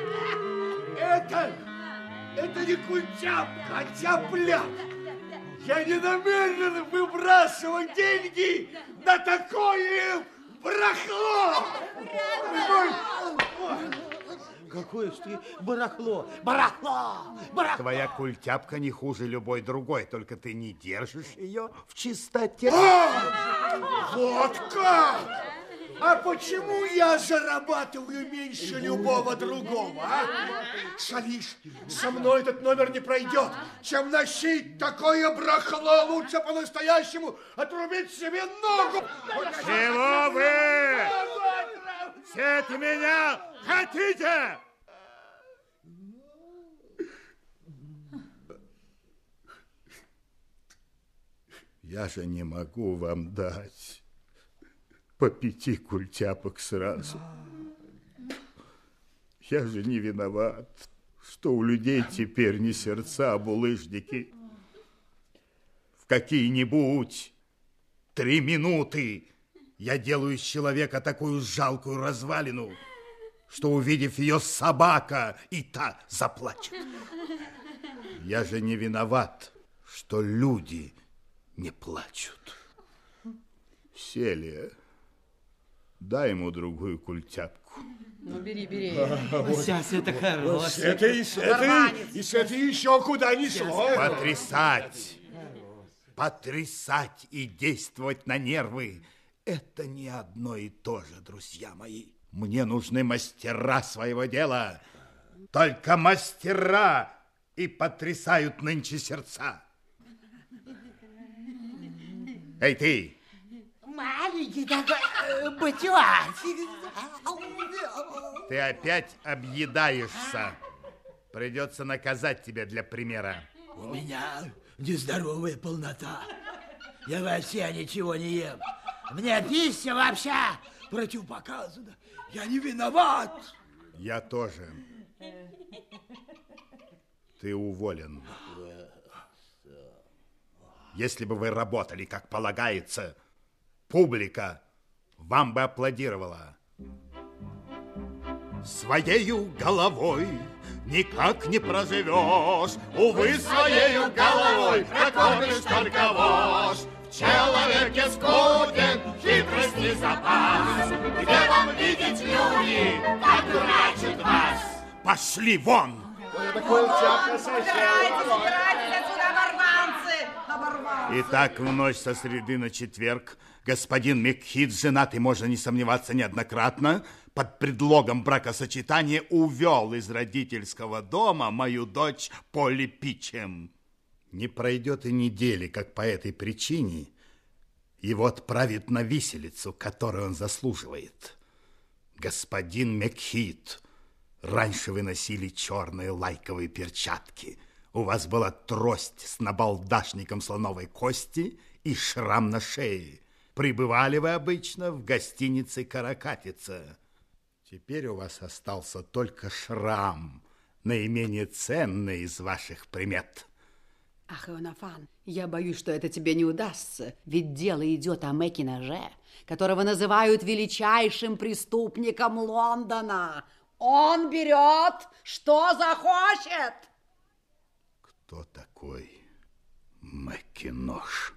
Это не культяпка, а тяпляк. Я не намерен выбрасывать деньги на такое барахло. Какое ж ты барахло! Твоя культяпка не хуже любой другой, только ты не держишь ее в чистоте. Вот как! А почему я зарабатываю меньше любого другого, а? Шалиш, со мной этот номер не пройдет. Чем носить такое барахло, лучше по-настоящему отрубить себе ногу. Чего вы? Все от меня хотите? Я же не могу вам дать по 5 культяпок сразу. Я же не виноват, что у людей теперь не сердца, а булыжники. В какие-нибудь 3 минуты я делаю из человека такую жалкую развалину, что, увидев ее, собака и та заплачет. Я же не виноват, что люди не плачут. Селия, дай ему другую культяпку. Ну, бери. Сейчас это хорошо. С этой еще куда несло. Потрясать и действовать на нервы – это не одно и то же, друзья мои. Мне нужны мастера своего дела. Только мастера и потрясают нынче сердца. Эй, ты! Маленький такой батюатик. Ты опять объедаешься. Придется наказать тебя для примера. У меня нездоровая полнота. Я вообще ничего не ем. Мне пища вообще противопоказана. Я не виноват. Я тоже. Ты уволен. Если бы вы работали, как полагается, публика вам бы аплодировала. Своею головой никак не проживешь. Увы, своею головой прокормишь только вошь. В человеке скуден хитрости запас. Где вам видеть люди, как дурачат вас? Пошли вон! Убирайтесь отсюда, оборванцы! Итак, в ночь со среды на четверг Господин Мекхит женат и, можно не сомневаться, неоднократно под предлогом бракосочетания увел из родительского дома мою дочь Полли Питчем. Не пройдет и недели, как по этой причине его отправят на виселицу, которую он заслуживает. Господин Мекхит, раньше вы носили черные лайковые перчатки. У вас была трость с набалдашником слоновой кости и шрам на шее. Прибывали вы обычно в гостинице «Каракатица». Теперь у вас остался только шрам, наименее ценный из ваших примет. Ах, Ионафан, я боюсь, что это тебе не удастся, ведь дело идет о Мэки-Ноже, которого называют величайшим преступником Лондона. Он берет, что захочет. Кто такой Мэки-Нож?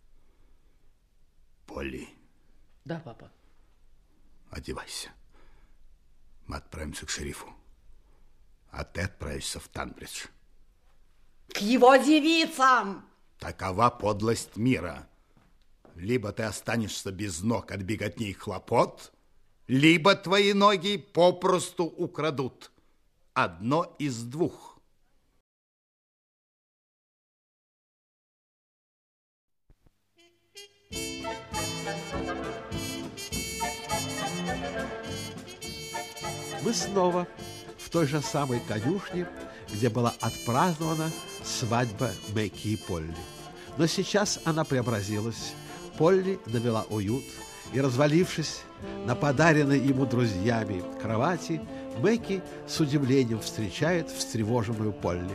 Полли. Да, папа. Одевайся. Мы отправимся к шерифу. А ты отправишься в Танбридж. К его девицам! Такова подлость мира. Либо ты останешься без ног от беготни и хлопот, либо твои ноги попросту украдут. Одно из двух. Мы снова в той же самой конюшне, где была отпразднована свадьба Мэки и Полли. Но сейчас она преобразилась. Полли навела уют, и, развалившись на подаренной ему друзьями кровати, Мэки с удивлением встречает встревоженную Полли.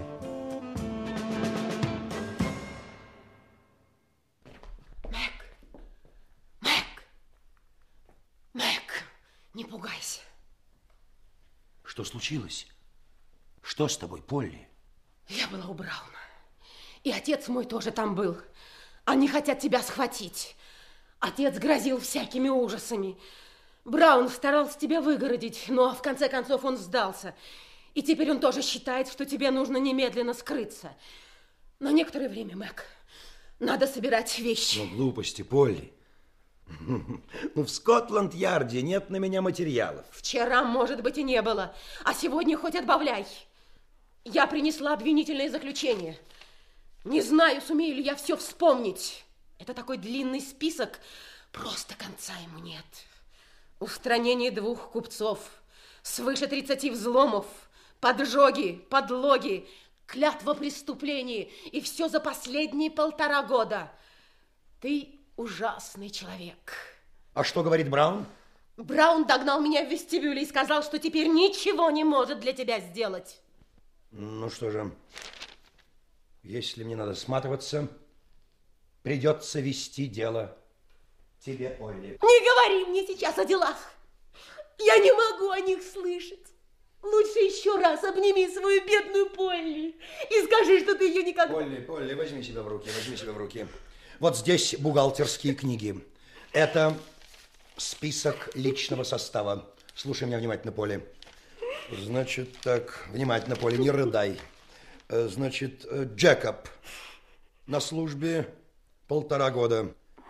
Мэг, не пугайся. Что случилось? Что с тобой, Полли? Я была у Брауна. И отец мой тоже там был. Они хотят тебя схватить. Отец грозил всякими ужасами. Браун старался тебя выгородить, но в конце концов он сдался. И теперь он тоже считает, что тебе нужно немедленно скрыться. На некоторое время, Мэг, надо собирать вещи. Ну, глупости, Полли. Ну, в Скотланд-Ярде нет на меня материалов. Вчера, может быть, и не было. А сегодня хоть отбавляй. Я принесла обвинительное заключение. Не знаю, сумею ли я все вспомнить. Это такой длинный список, просто конца ему нет. Устранение 2 купцов, свыше 30 взломов, поджоги, подлоги, клятва преступлений, и все за последние 1,5 года. Ты ужасный человек. А что говорит Браун? Браун догнал меня в вестибюле и сказал, что теперь ничего не может для тебя сделать. Ну что же, если мне надо сматываться, придется вести дело тебе, Полли. Не говори мне сейчас о делах. Я не могу о них слышать. Лучше еще раз обними свою бедную Полли и скажи, что ты ее никогда... Полли, возьми себя в руки, Вот здесь бухгалтерские книги. Это список личного состава. Слушай меня внимательно, Полли. Значит, так, внимательно, Полли, не рыдай. Значит, Джекоб на службе 1,5 года.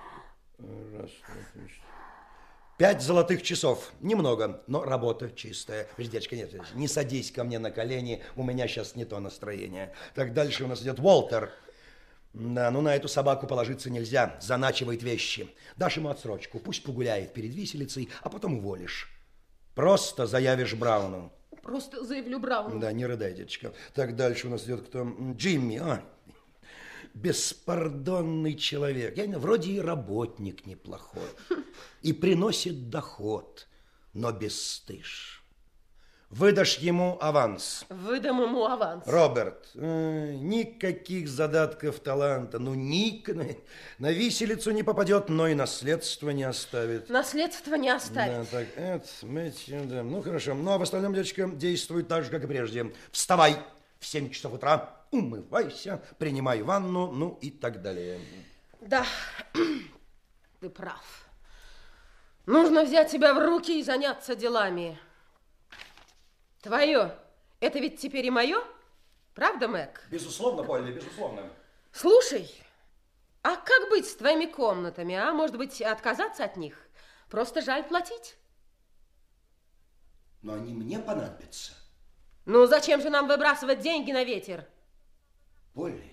5 золотых часов. Немного, но работа чистая. Девочка, нет, не садись ко мне на колени, у меня сейчас не то настроение. Так, дальше у нас идет Уолтер. Да, ну на эту собаку положиться нельзя, заначивает вещи. Дашь ему отсрочку, пусть погуляет перед виселицей, а потом уволишь. Просто заявишь Брауну. Просто заявлю Брауну. Да, не рыдай, деточка. Так, дальше у нас идет кто? Джимми. Беспардонный человек. Я вроде и работник неплохой. И приносит доход, но бесстыж. Выдашь ему аванс. Выдам ему аванс. Роберт, никаких задатков таланта. Ну, на виселицу не попадет, но и наследство не оставит. Наследство не оставит. Да, так, да. Ну, хорошо. Ну, а в остальном, девочка, действует так же, как и прежде. Вставай в 7 часов утра, умывайся, принимай ванну, ну и так далее. Да, ты прав. Нужно взять себя в руки и заняться делами. Твое, это ведь теперь и мое? Правда, Мэг? Безусловно, Полли, безусловно. Слушай, А как быть с твоими комнатами, а? Может быть, отказаться от них? Просто жаль платить. Но они мне понадобятся. Ну, зачем же нам выбрасывать деньги на ветер? Полли,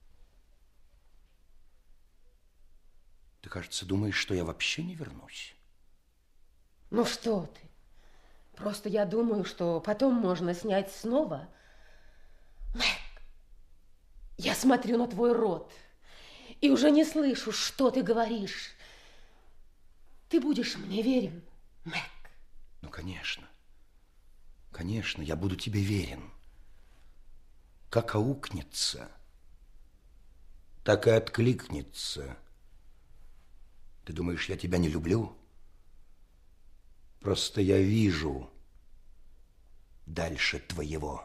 ты, кажется, думаешь, что я вообще не вернусь? Ну, что ты? Просто я думаю, что потом можно снять снова. Мэг, я смотрю на твой рот и уже не слышу, что ты говоришь. Ты будешь мне верен, Мэг? Ну, конечно. Конечно, я буду тебе верен. Как аукнется, так и откликнется. Ты думаешь, я тебя не люблю? Просто я вижу дальше твоего.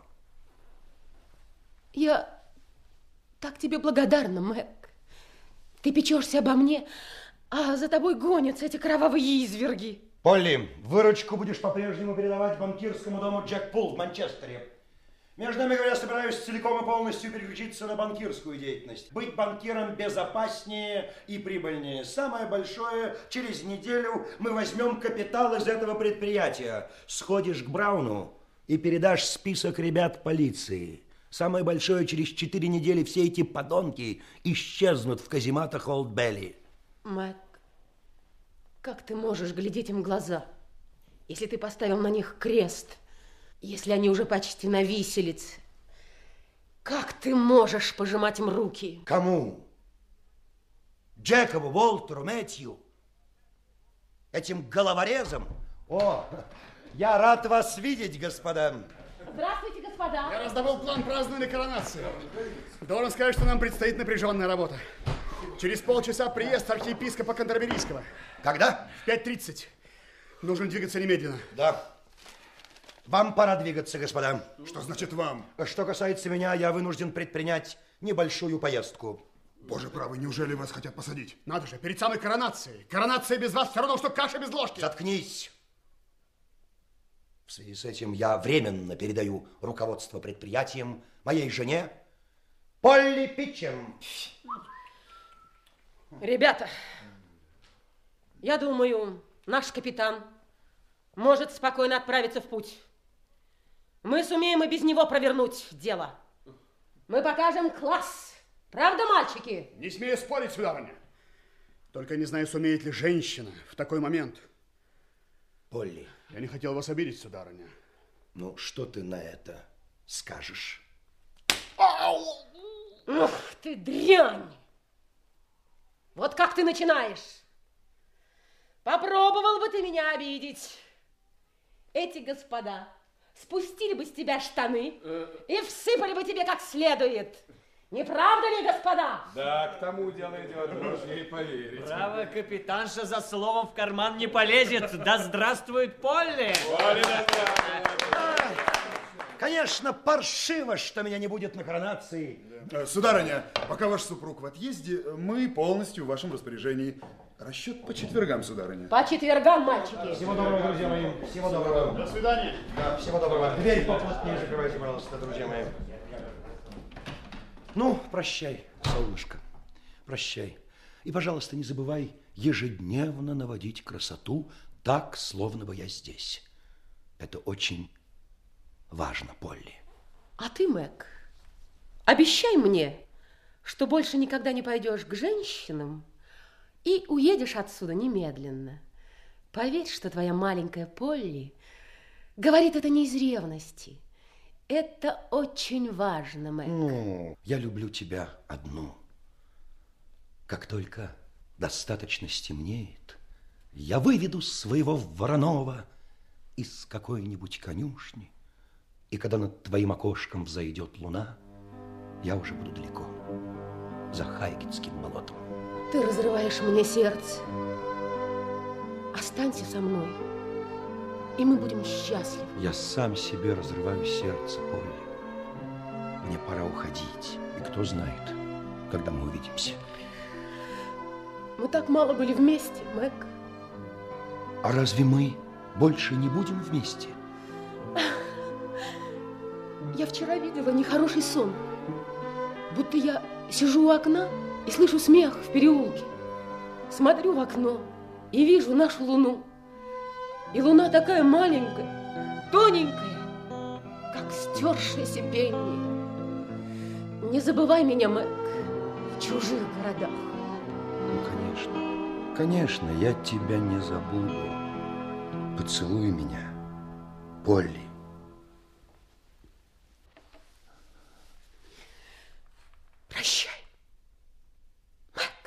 Я так тебе благодарна, Мэг. Ты печешься обо мне, а за тобой гонятся эти кровавые изверги. Полли, выручку будешь по-прежнему передавать банкирскому дому Джек Пул в Манчестере. Между нами говоря, собираюсь целиком и полностью переключиться на банкирскую деятельность. Быть банкиром безопаснее и прибыльнее. Самое большое, через неделю мы возьмем капитал из этого предприятия. Сходишь к Брауну и передашь список ребят полиции. Самое большое, через 4 недели все эти подонки исчезнут в казематах Олд Белли. Мэг, как ты можешь глядеть им в глаза, если ты поставил на них крест? Если они уже почти на виселице, как ты можешь пожимать им руки? Кому? Джекобу, Уолтеру, Мэтью? Этим головорезом? О, я рад вас видеть, господа. Здравствуйте, господа. Я раздобыл план празднования коронации. Должен сказать, что нам предстоит напряженная работа. Через полчаса приезд архиепископа Кантерберийского. Когда? В 5:30. Нужно двигаться немедленно. Да. Вам пора двигаться, господа. Что значит вам? Что касается меня, я вынужден предпринять небольшую поездку. Боже правый, неужели вас хотят посадить? Надо же, перед самой коронацией. Коронация без вас все равно, что каша без ложки. Заткнись. В связи с этим я временно передаю руководство предприятием моей жене Полли Питчем. Ребята, я думаю, наш капитан может спокойно отправиться в путь. Мы сумеем и без него провернуть дело. Мы покажем класс. Правда, мальчики? Не смею спорить, сударыня. Только не знаю, сумеет ли женщина в такой момент. Полли. Я не хотел вас обидеть, сударыня. Ну, что ты на это скажешь? Ух ты, дрянь! Вот как ты начинаешь? Попробовал бы ты меня обидеть. Эти господа спустили бы с тебя штаны и всыпали бы тебе как следует. Не правда ли, господа? Да, к тому дело идет, можешь ей поверить. Браво, капитанша за словом в карман не полезет. Да здравствует Полли! Полли, да здравствует! Конечно, паршиво, что меня не будет на коронации. Сударыня, пока ваш супруг в отъезде, мы полностью в вашем распоряжении. Расчет по четвергам, сударыня. По четвергам, мальчики. Всего доброго, друзья мои. Всего доброго. До свидания. Да, всего доброго. Дверь поплотнее закрывайте, пожалуйста, друзья мои. Ну, прощай, солнышко. Прощай. И, пожалуйста, не забывай ежедневно наводить красоту так, словно бы я здесь. Это очень важно, Полли. А ты, Мэг, обещай мне, что больше никогда не пойдешь к женщинам и уедешь отсюда немедленно. Поверь, что твоя маленькая Полли говорит это не из ревности. Это очень важно, Мэг. Ну, я люблю тебя одну. Как только достаточно стемнеет, я выведу своего Воронова из какой-нибудь конюшни, и когда над твоим окошком взойдет луна, я уже буду далеко, за Хайгетским болотом. Ты разрываешь мне сердце. Останься со мной, и мы будем счастливы. Я сам себе разрываю сердце, Полли. Мне пора уходить, и кто знает, когда мы увидимся. Мы так мало были вместе, Мэг. А разве мы больше не будем вместе? Я вчера видела нехороший сон. Будто я сижу у окна и слышу смех в переулке. Смотрю в окно и вижу нашу луну. И луна такая маленькая, тоненькая, как стершаяся Пенни. Не забывай меня, Мэг, в чужих городах. Ну, конечно. Конечно, я тебя не забуду. Поцелуй меня, Полли. Прощай, Мэг.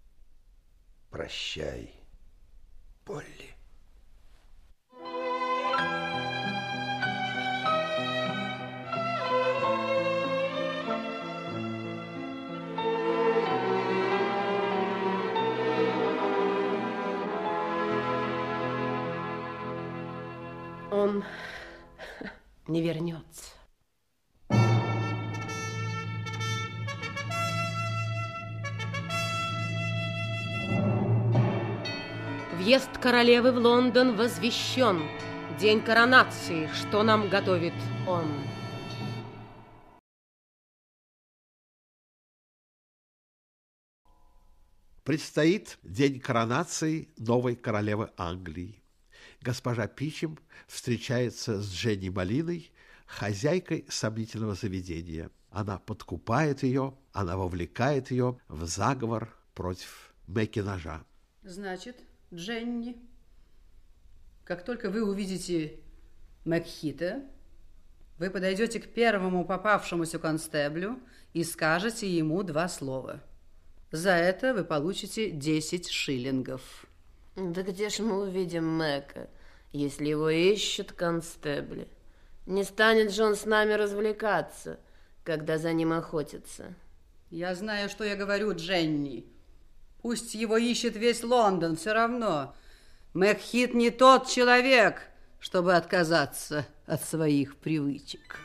Прощай, Полли. Он не вернется. Въезд королевы в Лондон возвещен. День коронации, что нам готовит он. Предстоит день коронации новой королевы Англии. Госпожа Питчем встречается с Дженни Малиной, хозяйкой сомнительного заведения. Она подкупает ее, она вовлекает ее в заговор против Мэки-Ножа. Значит, Дженни, как только вы увидите Макхита, вы подойдете к первому попавшемуся констеблю и скажете ему 2 слова. За это вы получите 10 шиллингов. Да где ж мы увидим Мэка, если его ищут констебли? Не станет же он с нами развлекаться, когда за ним охотятся. Я знаю, что я говорю, Дженни. Пусть его ищет весь Лондон, все равно. Макхит не тот человек, чтобы отказаться от своих привычек.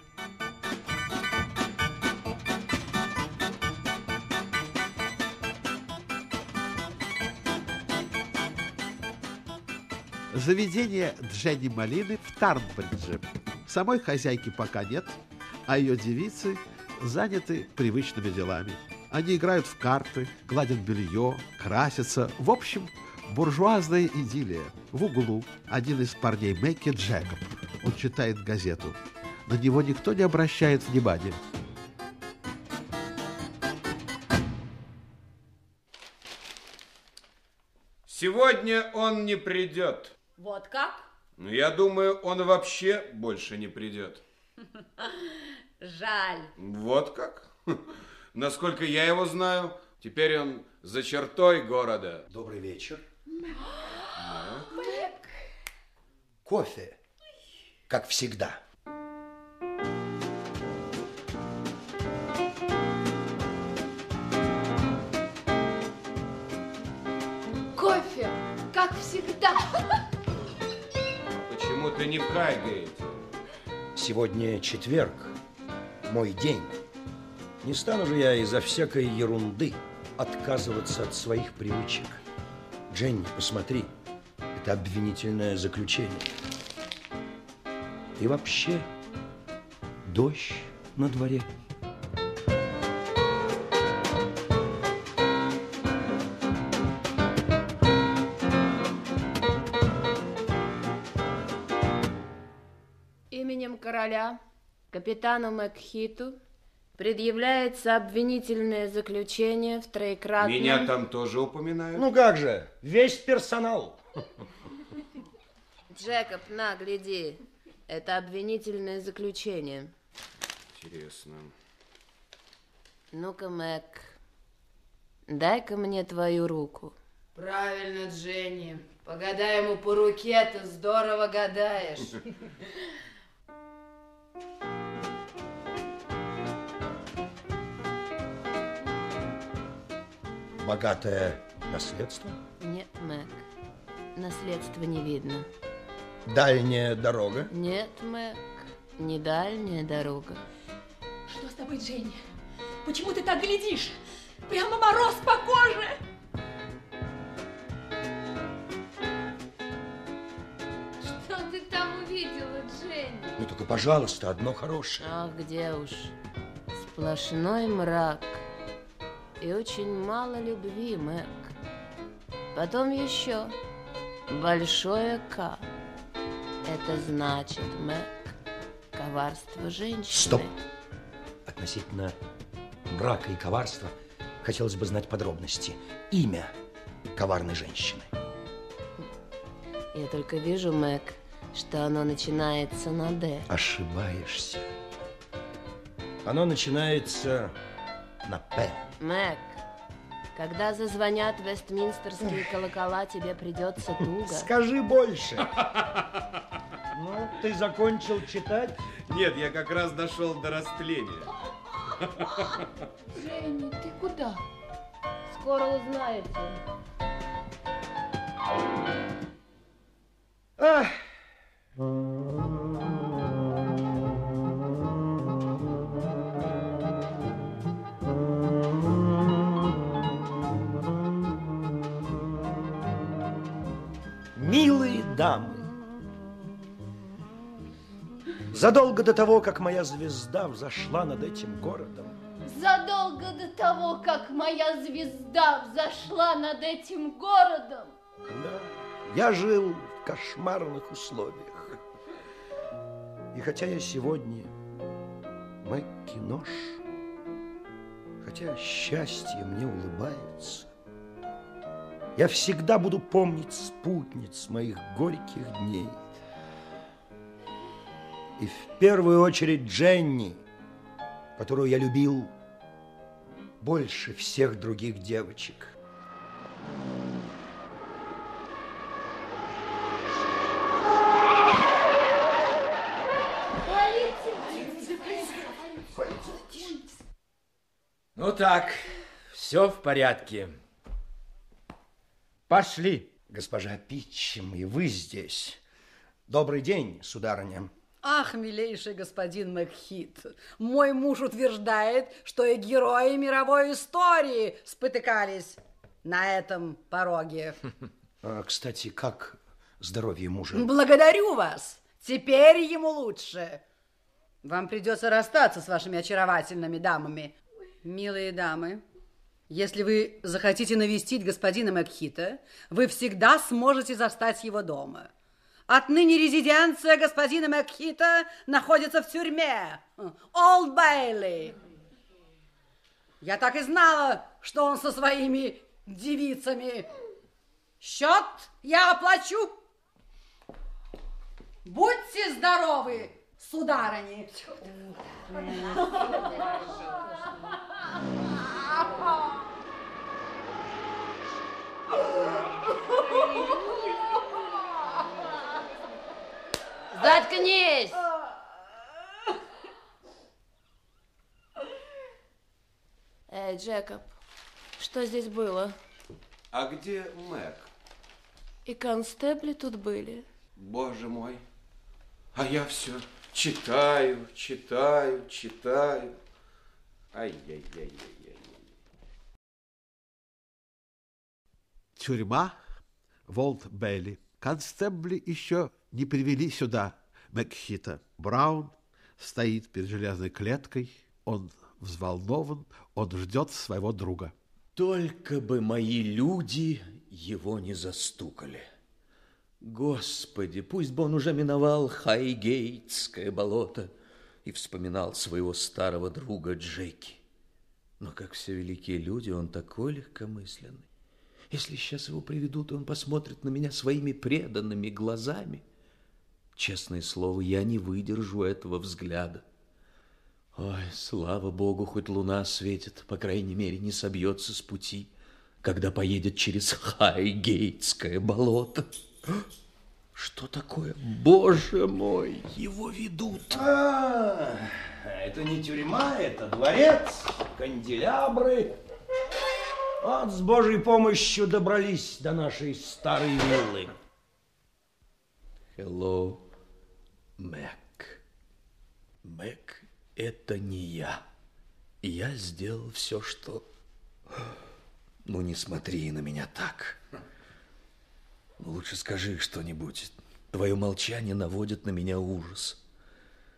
Заведение Дженни Малины в Тарнбридже. Самой хозяйки пока нет, а ее девицы заняты привычными делами. Они играют в карты, гладят белье, красятся. В общем, буржуазная идиллия. В углу один из парней Мэки, Джекоб. Он читает газету. На него никто не обращает внимания. Сегодня он не придет. Вот как? Но я думаю, он вообще больше не придет. Жаль. Вот как? Насколько я его знаю, теперь он за чертой города. Добрый вечер. Мэг. Кофе, как всегда. Кофе, как всегда. Почему ты не в Хайгейте? Сегодня четверг, мой день. Не стану же я из-за всякой ерунды отказываться от своих привычек. Дженни, посмотри, это обвинительное заключение. И вообще, дождь на дворе. Именем короля, капитану Макхиту, предъявляется обвинительное заключение в троекратном... Меня там тоже упоминают? Ну как же, весь персонал. Джекоб, на, гляди. Это обвинительное заключение. Интересно. Ну-ка, Мэг, дай-ка мне твою руку. Правильно, Дженни. Погадай ему по руке, ты здорово гадаешь. Богатое наследство? Нет, Мэг, наследства не видно. Дальняя дорога? Нет, Мэг, не дальняя дорога. Что с тобой, Дженни? Почему ты так глядишь? Прямо мороз по коже. Что ты там увидела, Дженни? Ну только, пожалуйста, одно хорошее. Ах, где уж. Сплошной мрак и очень мало любви, Мэг. Потом еще большое К. Это значит, Мэг, коварство женщины. Стоп! Относительно брака и коварства хотелось бы знать подробности. Имя коварной женщины. Я только вижу, Мэг, что оно начинается на «Д». Ошибаешься. Оно начинается на «П». Мэг, когда зазвонят вестминстерские колокола, тебе придется туго. Скажи больше. Ну, ты закончил читать? Нет, я как раз дошел до растления. Женя, ты куда? Скоро узнаете. Ах. Милые дамы, задолго до того, как моя звезда взошла над этим городом, задолго до того, как моя звезда взошла над этим городом, да, я жил в кошмарных условиях. И хотя я сегодня Маккинош, хотя счастье мне улыбается, я всегда буду помнить спутниц моих горьких дней. И в первую очередь Дженни, которую я любил больше всех других девочек. Ну так, все в порядке. Пошли. Госпожа Питчем, и вы здесь. Добрый день, сударыня. Ах, милейший господин Макхит, мой муж утверждает, что и герои мировой истории спотыкались на этом пороге. Кстати, как здоровье мужа? Благодарю вас. Теперь ему лучше. Вам придется расстаться с вашими очаровательными дамами. Милые дамы, если вы захотите навестить господина Макхита, вы всегда сможете застать его дома. Отныне резиденция господина Макхита находится в тюрьме Олд Бейли. Я так и знала, что он со своими девицами. Счет я оплачу. Будьте здоровы, сударыни. Заткнись! Эй, Джекоб, что здесь было? А где Мэг? И констебли тут были. Боже мой, а я все читаю. Ай-яй-яй-яй-яй. Тюрьма в Олд-Бейли. Констебли еще не привели сюда Макхита. Браун стоит перед железной клеткой. Он взволнован, он ждет своего друга. Только бы мои люди его не застукали. Господи, пусть бы он уже миновал Хайгейтское болото и вспоминал своего старого друга Джеки. Но, как все великие люди, он такой легкомысленный. Если сейчас его приведут, он посмотрит на меня своими преданными глазами. Честное слово, я не выдержу этого взгляда. Ой, слава богу, хоть луна светит, по крайней мере, не собьется с пути, когда поедет через Хайгейтское болото. Что такое? Боже мой, его ведут. Это не тюрьма, это дворец, канделябры. Вот с Божьей помощью добрались до нашей старой виллы. Hello, Мэг. Мэг, это не я. Я сделал все, что... Ну, не смотри на меня так. Лучше скажи что-нибудь. Твое молчание наводит на меня ужас.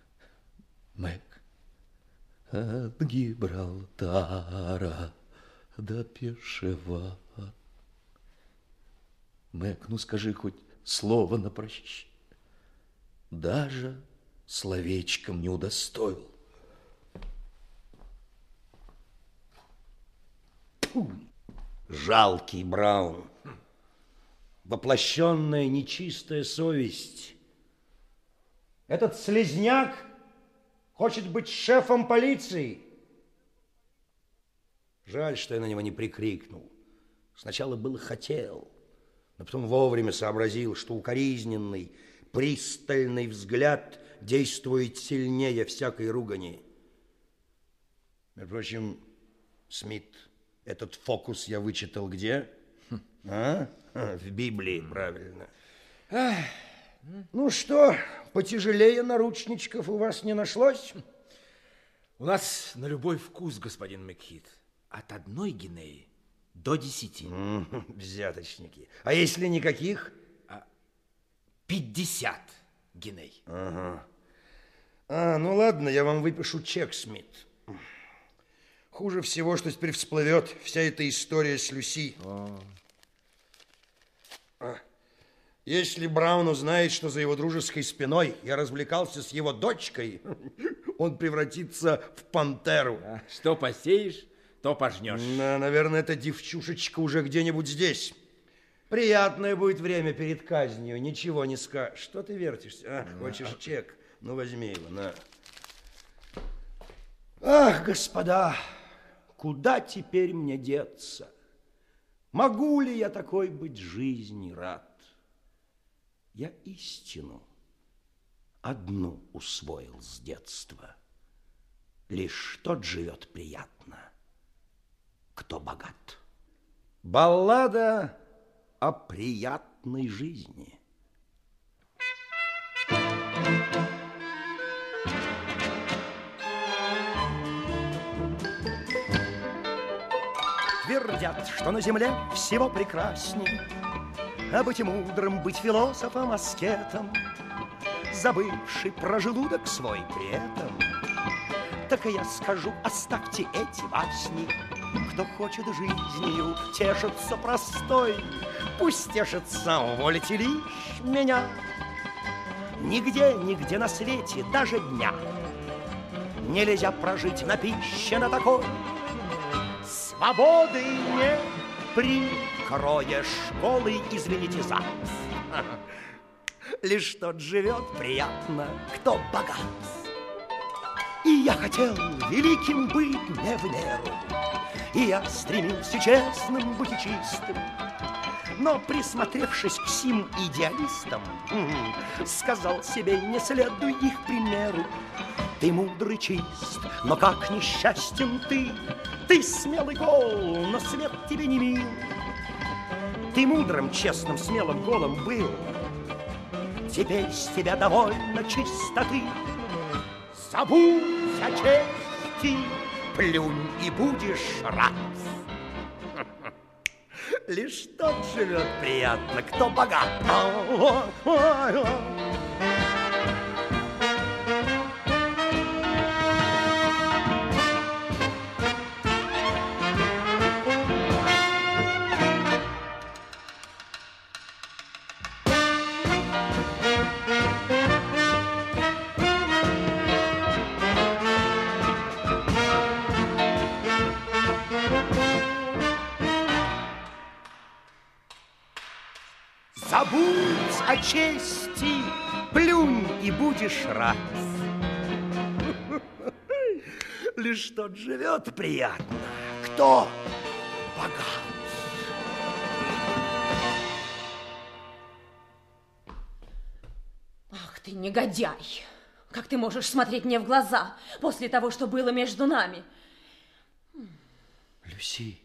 Мэг, от Гибралтара допешева. Мэг, ну скажи хоть слово на прощание. Даже словечком не удостоил. Жалкий Браун. Воплощенная нечистая совесть. Этот слизняк хочет быть шефом полиции. Жаль, что я на него не прикрикнул. Сначала было хотел, но потом вовремя сообразил, что укоризненный, пристальный взгляд действует сильнее всякой ругани. Между прочим, Смит, этот фокус я вычитал где? А? В Библии, правильно. Ну что, потяжелее наручничков у вас не нашлось? У нас на любой вкус, господин Макхит. От 1 гинеи до 10. Взяточники. А если никаких? 50 гиней. Ага. Ну ладно, я вам выпишу чек, Смит. Хуже всего, что теперь всплывет вся эта история с Люси. Если Браун узнает, что за его дружеской спиной я развлекался с его дочкой, он превратится в пантеру. Что посеешь, то пожнешь. Да, наверное, эта девчушечка уже где-нибудь здесь. Приятное будет время перед казнью, ничего не скажешь. Что ты вертишься? Хочешь чек? Ну, возьми его, на. Ах, господа, куда теперь мне деться? Могу ли я такой быть жизни рад? Я истину одну усвоил с детства. Лишь тот живет приятно, кто богат. Баллада о приятной жизни. Твердят, что на земле всего прекрасней, а быть мудрым, быть философом, аскетом, забывший про желудок свой при этом. Так и я скажу, оставьте эти басни. Кто хочет жизнью тешиться простой, пусть тешится, увольте лишь меня. Нигде, нигде на свете, даже дня нельзя прожить на пище на такой. Свободы не прикроешь школы, извините за. Лишь тот живет приятно, кто богат. И я хотел великим быть не в меру, и я стремился честным быть и чистым. Но, присмотревшись к сим идеалистам, сказал себе, не следуй их примеру. Ты мудрый, чист, но как несчастен ты. Ты смелый гол, но свет тебе не мил. Ты мудрым, честным, смелым голом был. Теперь с тебя довольно чистоты. Забудь о чести, плюнь и будешь рад. Лишь тот живет приятно, кто богат. Забудь о чести, плюнь и будешь рад. Лишь тот живет приятно, кто богат. Ах ты, негодяй! Как ты можешь смотреть мне в глаза после того, что было между нами? Люси,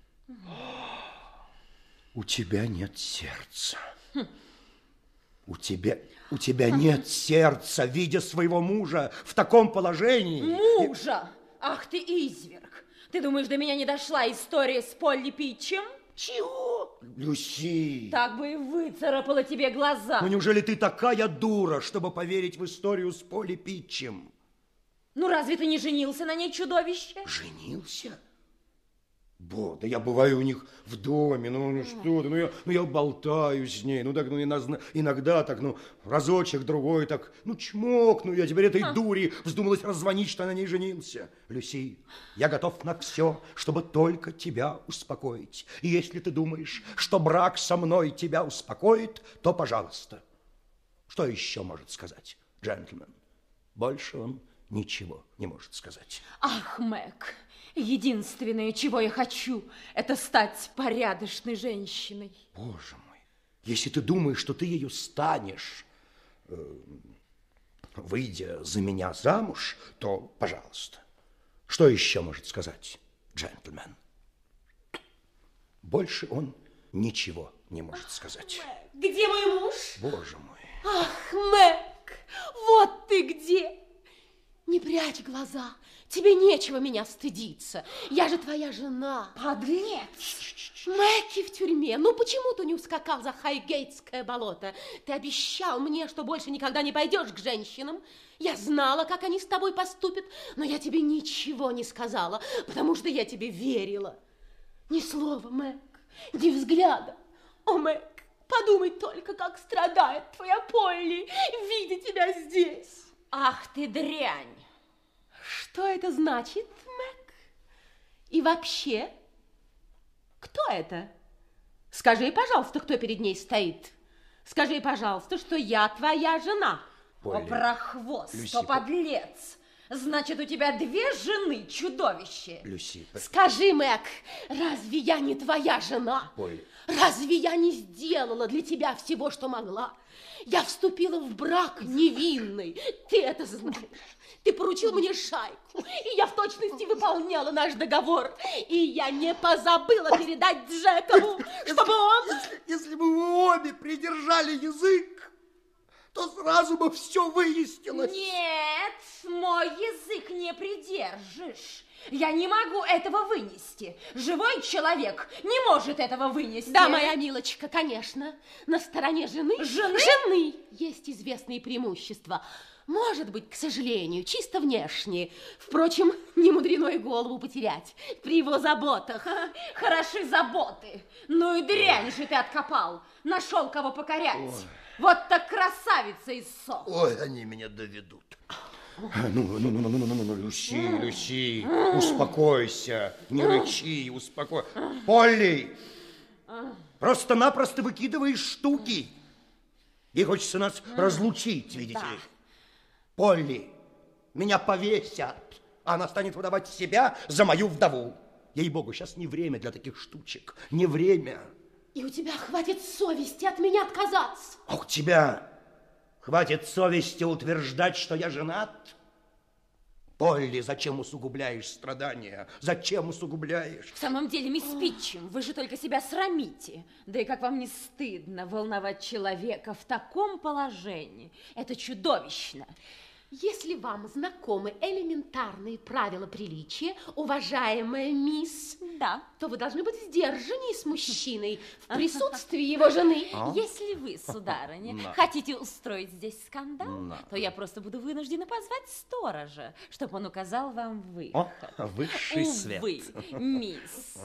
у тебя нет сердца. У тебя нет сердца, видя своего мужа в таком положении. Мужа? Ах ты, изверг! Ты думаешь, до меня не дошла история с Полли Питчем? Чего? Люси! Так бы и выцарапала тебе глаза. Ну, неужели ты такая дура, чтобы поверить в историю с Полли Питчем? Ну, разве ты не женился на ней, чудовище? Женился? Да я бываю у них в доме, ну что ты, я болтаю с ней, так, иногда так, разочек-другой так, чмокну я, теперь этой дури вздумалось раззвонить, что я на ней женился. Люси, я готов на все, чтобы только тебя успокоить. И если ты думаешь, что брак со мной тебя успокоит, то пожалуйста. Что еще может сказать джентльмен? Больше он ничего не может сказать. Ах, Мэг, единственное, чего я хочу, это стать порядочной женщиной. Боже мой, если ты думаешь, что ты ее станешь, выйдя за меня замуж, то пожалуйста. Что еще может сказать джентльмен? Больше он ничего не может сказать. Мэг, где мой муж? Боже мой. Ах, Мэг, вот ты где! Не прячь глаза, тебе нечего меня стыдиться. Я же твоя жена. Подлец! Мэкки в тюрьме. Ну почему ты не ускакал за Хайгейтское болото? Ты обещал мне, что больше никогда не пойдешь к женщинам. Я знала, как они с тобой поступят, но я тебе ничего не сказала, потому что я тебе верила. Ни слова, Мэг, ни взгляда. О, Мэг, подумай только, как страдает твоя Полли, видя тебя здесь. Ах ты дрянь! Что это значит, Мэг? И вообще, кто это? Скажи, пожалуйста, кто перед ней стоит. Скажи, пожалуйста, что я твоя жена. Полли. О, прохвост, Люси, о, подлец! Значит, у тебя две жены, чудовище. Люси. Скажи, Мэг, разве я не твоя жена? Полли. Разве я не сделала для тебя всего, что могла? Я вступила в брак невинный. Ты это знаешь. Ты поручил мне шайку, и я в точности выполняла наш договор. И я не позабыла передать Джекову, чтобы он... Если бы вы обе придержали язык, то сразу бы все выяснилось. Нет, мой язык не придержишь. Я не могу этого вынести. Живой человек не может этого вынести. Да, моя милочка, конечно. На стороне жены есть известные преимущества. Может быть, к сожалению, чисто внешние. Впрочем, не мудрено и голову потерять при его заботах. Хороши заботы. Ну и дрянь же ты откопал. Нашел, кого покорять. Ой. Вот так красавица из Сохо. Ой, они меня доведут. Люси, успокойся, не рычи, успокойся. Полли, просто-напросто выкидываешь штуки. Ей хочется нас разлучить, видите ли. Полли, меня повесят, а она станет выдавать себя за мою вдову. Ей-богу, сейчас не время для таких штучек, не время. И у тебя хватит совести от меня отказаться. А у тебя хватит совести утверждать, что я женат? Полли, зачем усугубляешь страдания? Зачем усугубляешь? В самом деле, мисс Питчем, вы же только себя срамите. Да и как вам не стыдно волновать человека в таком положении? Это чудовищно. Если вам знакомы элементарные правила приличия, уважаемая мисс, да, то вы должны быть сдержаннее с мужчиной в присутствии его жены. Если вы, сударыня, хотите устроить здесь скандал, то я просто буду вынуждена позвать сторожа, чтобы он указал вам выход. Высший свет. Увы, мисс.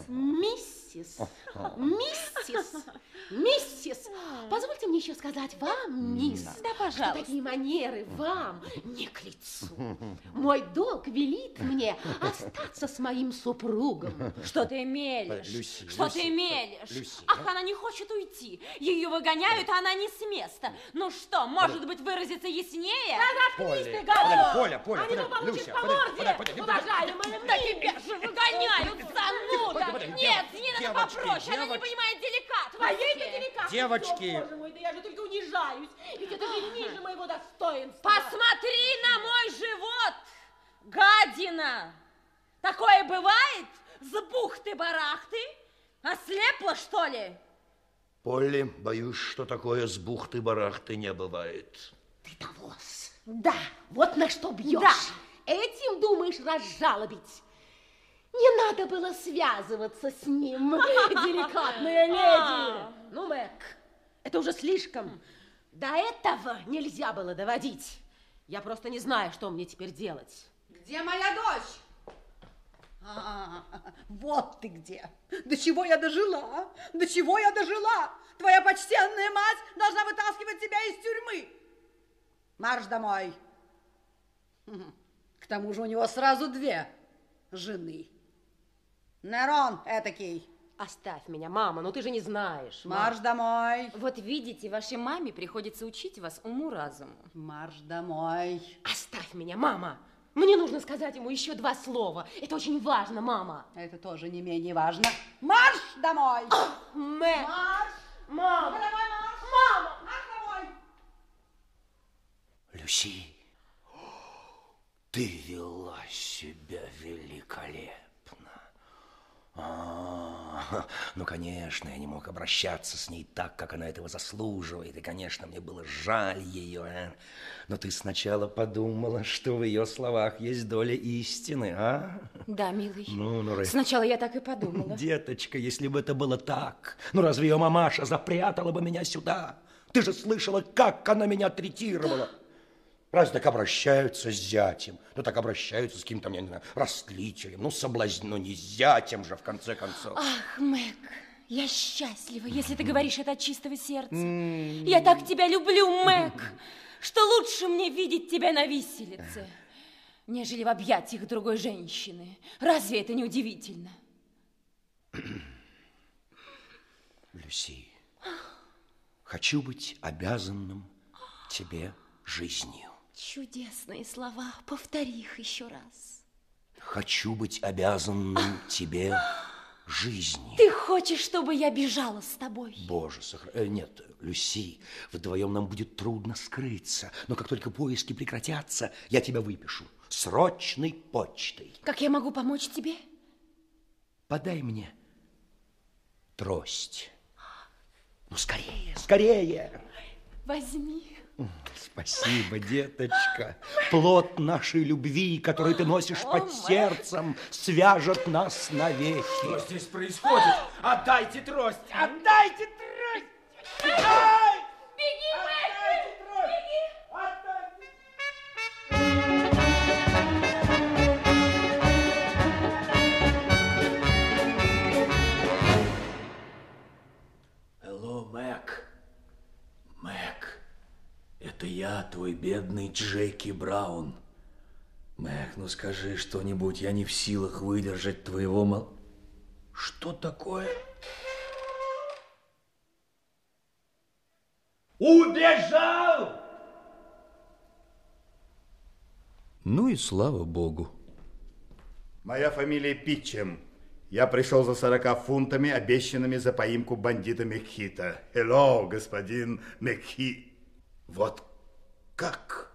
Миссис, позвольте мне еще сказать вам, мисс, да, пожалуйста, что такие манеры вам не к лицу. Мой долг велит мне остаться с моим супругом. Что ты мелешь? Люси, что ты мелешь? Ах, она не хочет уйти. Ее выгоняют, а она не с места. Ну что, может быть, выразиться яснее? Да заткнись ты, гадость! Поля, а не то получишь по морде, уважаемая мисс. Да тебя же выгоняют, зануда! Нет, не надо попроще, она не понимает деликатности. Твоей-то деликатности. Девочки. Боже мой, да я же только унижаюсь. Ведь это же ниже моего достоинства. Посмотри на мой живот, гадина! Такое бывает? С бухты-барахты? Ослепла, что ли? Полли, боюсь, что такое с бухты-барахты не бывает. Ты довоз. Да, вот на что бьешь. Да. Этим думаешь разжалобить. Не надо было связываться с ним, деликатная леди. Ну, Мэг, это уже слишком. До этого нельзя было доводить. Я просто не знаю, что мне теперь делать. Где моя дочь? Вот ты где. До чего я дожила? До чего я дожила? Твоя почтенная мать должна вытаскивать тебя из тюрьмы. Марш домой. К тому же у него сразу две жены. Нерон этакий. Оставь меня, мама, ну ты же не знаешь. Марш домой. Вот видите, вашей маме приходится учить вас уму-разуму. Марш домой. Оставь меня, мама. Мне нужно сказать ему еще два слова. Это очень важно, мама. Это тоже не менее важно. Марш домой. Мэг. Марш. Мама. Домой, марш. Мама. Марш домой. Люси, ты вела себя великолепно. Ну, конечно, я не мог обращаться с ней так, как она этого заслуживает. И, конечно, мне было жаль ее. Но ты сначала подумала, что в ее словах есть доля истины, а? Да, милый. Ну, сначала я так и подумала. Деточка, если бы это было так, ну разве ее мамаша запрятала бы меня сюда? Ты же слышала, как она меня третировала. Разве так обращаются с зятем? Ну, так обращаются с каким-то, я не знаю, растлителем, ну, не с зятем же, в конце концов. Ах, Мэг, я счастлива, если ты говоришь это от чистого сердца. Я так тебя люблю, Мэг, что лучше мне видеть тебя на виселице, нежели в объятиях другой женщины. Разве это не удивительно? Люси, хочу быть обязанным тебе жизнью. Чудесные слова. Повтори их еще раз. Хочу быть обязанным тебе жизнью. Ты хочешь, чтобы я бежала с тобой? Боже, нет, Люси, вдвоем нам будет трудно скрыться. Но как только поиски прекратятся, я тебя выпишу срочной почтой. Как я могу помочь тебе? Подай мне трость. Ну, скорее, скорее. Возьми. Спасибо, деточка. Плод нашей любви, который ты носишь под сердцем, свяжет нас навеки. Что здесь происходит? Отдайте трость! Отдайте трость! Отдай! Беги, Мэг! Беги! Hello, Мэг. Мэг. Это я, твой бедный Джеки Браун. Мэг, ну скажи что-нибудь, я не в силах выдержать твоего Что такое? Убежал! Ну и слава богу. Моя фамилия Питчем. Я пришел за 40 фунтами, обещанными за поимку бандита Мекхита. Hello, господин Мекхит. Вот как?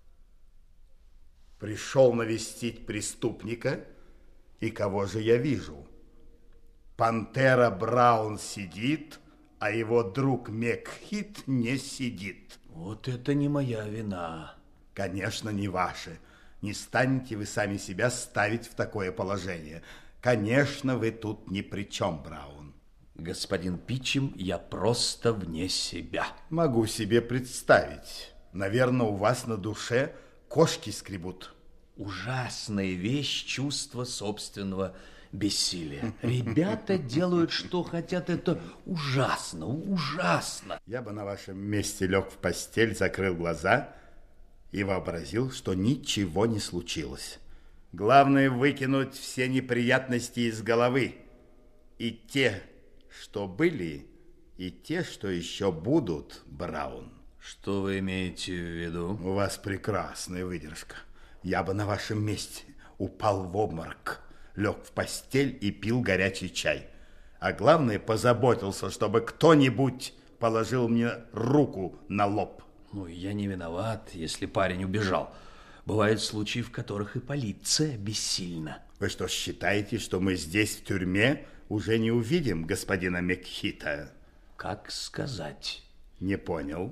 Пришел навестить преступника, и кого же я вижу? Пантера Браун сидит, а его друг Мекхит не сидит. Вот это не моя вина. Конечно, не ваша. Не станете вы сами себя ставить в такое положение. Конечно, вы тут ни при чем, Браун. Господин Питчем, я просто вне себя. Могу себе представить. Наверное, у вас на душе кошки скребут. Ужасная вещь чувство собственного бессилия. Ребята делают, что хотят. Это ужасно, ужасно. Я бы на вашем месте лег в постель, закрыл глаза и вообразил, что ничего не случилось. Главное выкинуть все неприятности из головы. И те, что были, и те, что еще будут, Браун. Что вы имеете в виду? У вас прекрасная выдержка. Я бы на вашем месте упал в обморок, лег в постель и пил горячий чай. А главное, позаботился, чтобы кто-нибудь положил мне руку на лоб. Ну, я не виноват, если парень убежал. Бывают случаи, в которых и полиция бессильна. Вы что, считаете, что мы здесь, в тюрьме, уже не увидим господина Мекхита? Как сказать? Не понял.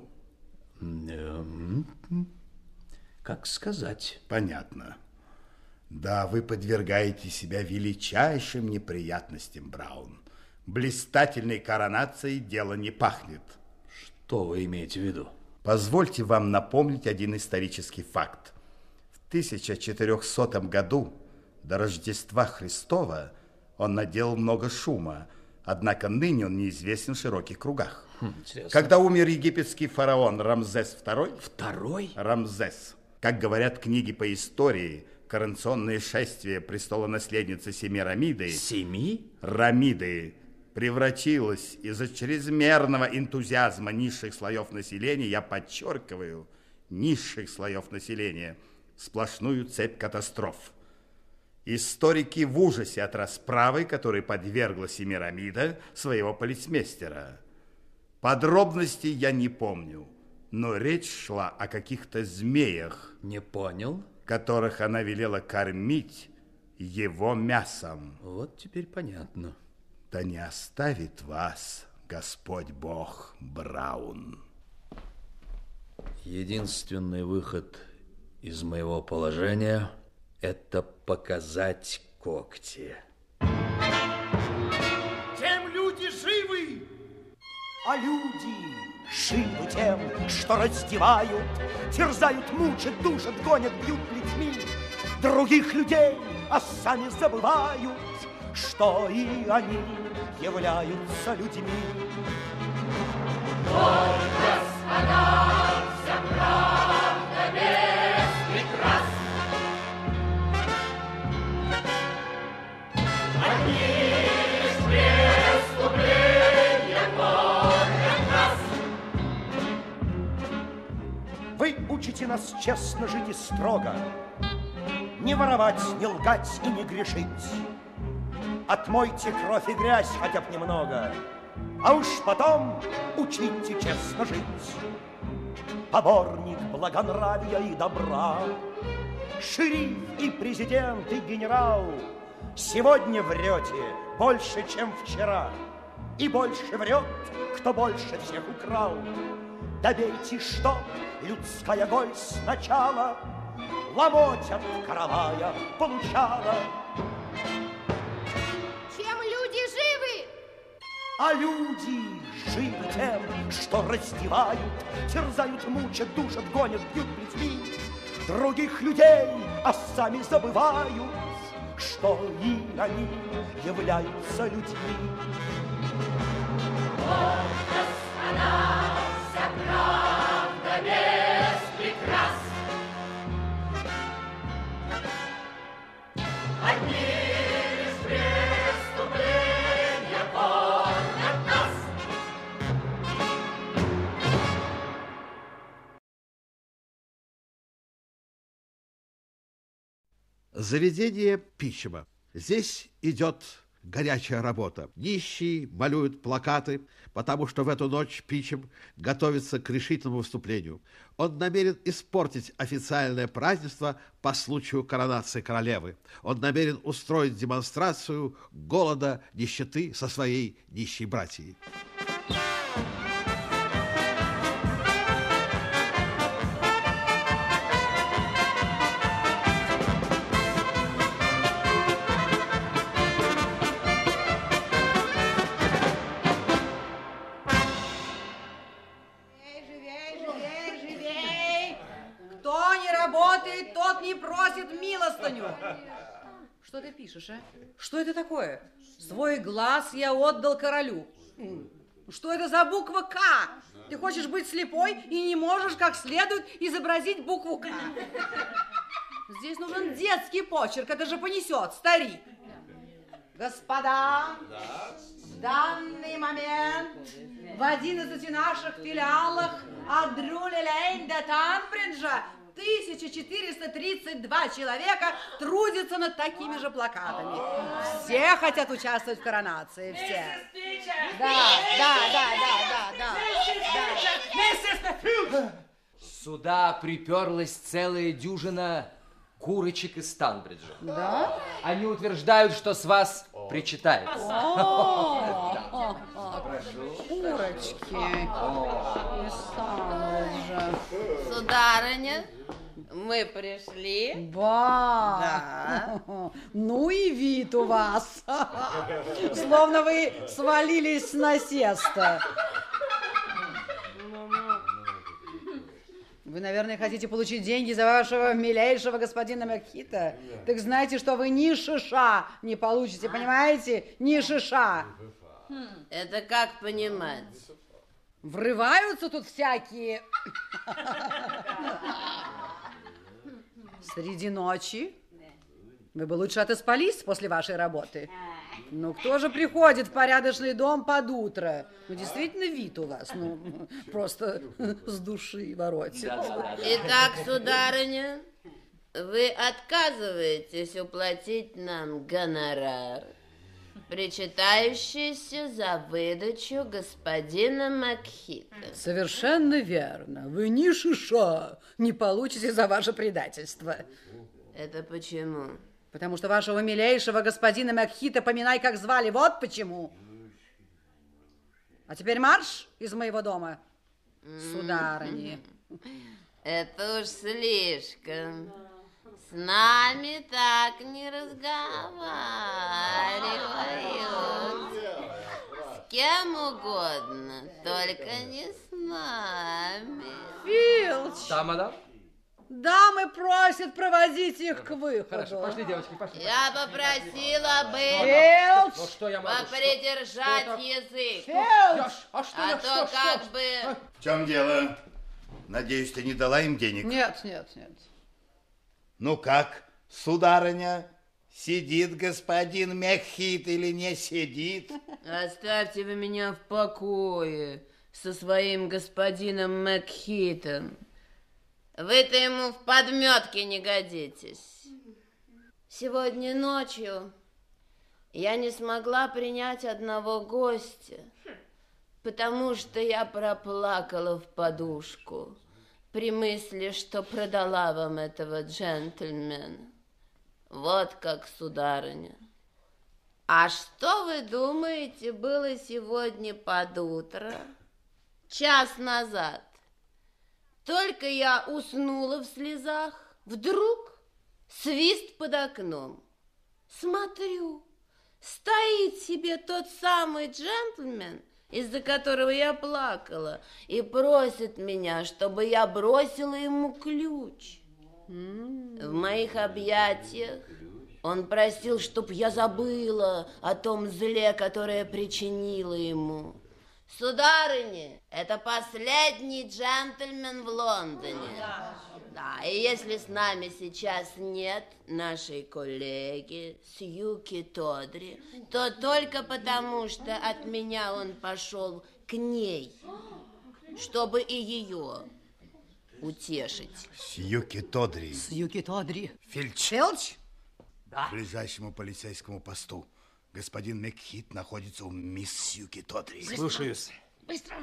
Как сказать? Понятно. Да, вы подвергаете себя величайшим неприятностям, Браун. Блистательной коронацией дело не пахнет. Что вы имеете в виду? Позвольте вам напомнить один исторический факт. В 1400 году До Рождества Христова он наделал много шума, однако ныне он неизвестен в широких кругах. Когда умер египетский фараон Рамзес II... Второй? Рамзес. Как говорят книги по истории, коронационное шествие престолонаследницы Семирамиды... Рамиды превратилось из-за чрезмерного энтузиазма низших слоев населения, я подчеркиваю, низших слоев населения, в сплошную цепь катастроф. Историки в ужасе от расправы, которой подвергла Семирамида своего полицмейстера. Подробностей я не помню, но речь шла о каких-то змеях. Не понял. Которых она велела кормить его мясом. Вот теперь понятно. Да не оставит вас Господь Бог, Браун. Единственный выход из моего положения – это показать когти. Тем люди живы, а люди живы тем, что раздевают, терзают, мучат, душат, гонят, бьют плетьми других людей, а сами забывают, что и они являются людьми. Вот, господа, вся правда без прикрас. Одни лишь преступления кормят нас. Вы учите нас честно жить и строго, не воровать, не лгать и не грешить. Отмойте кровь и грязь хотя бы немного, а уж потом учите честно жить. Поборник благонравия и добра, шериф и президент и генерал, сегодня врете больше, чем вчера, и больше врет, кто больше всех украл. Добейте, что людская голь сначала ломоть от каравая получала. Чем люди живы? А люди живы тем, что раздевают, терзают, мучат, душат, гонят, бьют плетьми других людей, а сами забывают, что и они являются людьми. Вот, господа, вся правда без прикрас. Одни лишь преступления кормят нас. Заведение Пичема. Здесь идет горячая работа. Нищие малюют плакаты, потому что в эту ночь Пичем готовится к решительному выступлению. Он намерен испортить официальное празднество по случаю коронации королевы. Он намерен устроить демонстрацию голода, нищеты со своей нищей братьей. Тот не просит милостыню. Что ты пишешь, а? Что это такое? Свой глаз я отдал королю. Что это за буква К? Ты хочешь быть слепой и не можешь как следует изобразить букву К. Здесь нужен детский почерк, это же понесет старик. Господа, в данный момент в 11 наших филиалах от Дрю-Лейн до Танбриджа 1432 человека трудятся над такими же плакатами. Все хотят участвовать в коронации, все. Да. Сюда приперлась целая дюжина курочек из Танбриджа. Да? Они утверждают, что с вас причитается. Курочки из Танбриджа. Сударыня, мы пришли. Да. Ну и вид у вас. Словно вы свалились с насеста. Вы, наверное, хотите получить деньги за вашего милейшего господина Макхита. Так знаете, что вы ни шиша не получите, понимаете? Ни шиша. Это как понимать? Врываются тут всякие... Среди ночи? Вы бы лучше отоспались после вашей работы. Ну, кто же приходит в порядочный дом под утро? Ну, действительно, вид у вас, ну, просто с души воротит. Итак, сударыня, вы отказываетесь уплатить нам гонорар, причитающийся за выдачу господина Макхита. Совершенно верно. Вы ни шиша не получите за ваше предательство. Это почему? Потому что вашего милейшего господина Макхита поминай, как звали. Вот почему. А теперь марш из моего дома, сударыни. Это уж слишком. С нами так не разговаривают. С кем угодно, только не с нами. Филч! Да, мадам? Дамы просят проводить их к выходу. Хорошо, пошли, девочки, пошли. Я попросила бы Ну, что я могу? попридержать язык. А что А то как бы... В чем дело? Надеюсь, ты не дала им денег? Нет, нет, нет. Ну как, сударыня, сидит господин Макхит или не сидит? Оставьте вы меня в покое со своим господином Макхитом. Вы-то ему в подметке не годитесь. Сегодня ночью я не смогла принять одного гостя, потому что я проплакала в подушку при мысли, что продала вам этого джентльмена. Вот как, сударыня. А что вы думаете, было сегодня под утро, час назад? Только я уснула в слезах, вдруг свист под окном. Смотрю, стоит себе тот самый джентльмен, из-за которого я плакала, и просит меня, чтобы я бросила ему ключ. В моих объятиях он просил, чтоб я забыла о том зле, которое причинила ему. Сударыня, это последний джентльмен в Лондоне. Да, и если с нами сейчас нет нашей коллеги Сьюки Тодри, то только потому, что от меня он пошел к ней, чтобы и ее утешить. Сьюки Тодри. Сьюки Тодри. Филч. Филч? Да. К ближайшему полицейскому посту. Господин Макхит находится у мисс Сьюки Тодри. Слушаюсь. Быстро.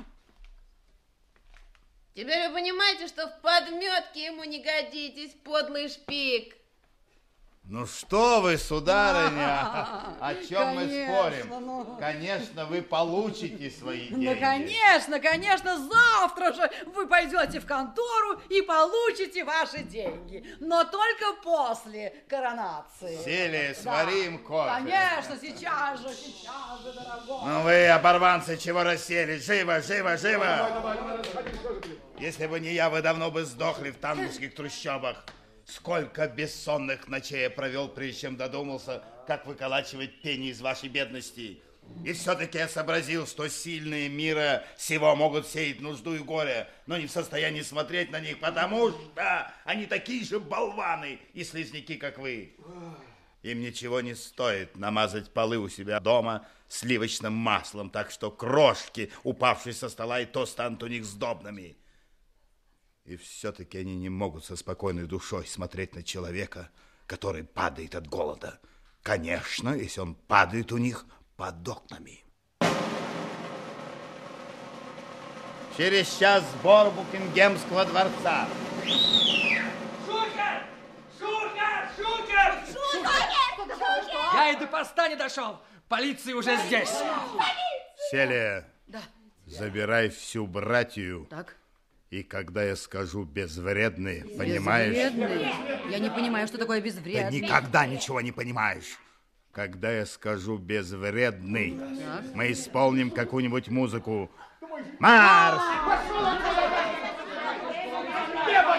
Теперь вы понимаете, что в подметке ему не годитесь, подлый шпик. Ну что вы, сударыня, о чем мы Конечно, спорим? ну. Конечно, вы получите свои деньги. Ну, конечно, конечно, завтра же вы пойдете в контору и получите ваши деньги. Но только после коронации. Селия, свари им кофе. Конечно, сейчас же, дорогой. Ну вы, оборванцы, чего расселись? Живо, живо, живо! Если бы не я, вы давно бы сдохли в тангусских трущобах. Сколько бессонных ночей я провел, прежде чем додумался, как выколачивать пени из вашей бедности. И все-таки я сообразил, что сильные мира сего могут сеять нужду и горе, но не в состоянии смотреть на них, потому что они такие же болваны и слизняки, как вы. Им ничего не стоит намазать полы у себя дома сливочным маслом, так что крошки, упавшие со стола, и то станут у них сдобными. И все-таки они не могут со спокойной душой смотреть на человека, который падает от голода. Конечно, если он падает у них под окнами. Через час сбор Букингемского дворца. Шухер! Шухер! Шухер! Шухер! Я и до поста не дошел. Полиция уже здесь. Селия, Да. забирай всю братью. Так. И когда я скажу безвредные, понимаешь? Безвредные? Я не понимаю, что такое Ты безвредный. никогда ничего не понимаешь. Когда я скажу безвредный, Так. мы исполним какую-нибудь музыку. Марш!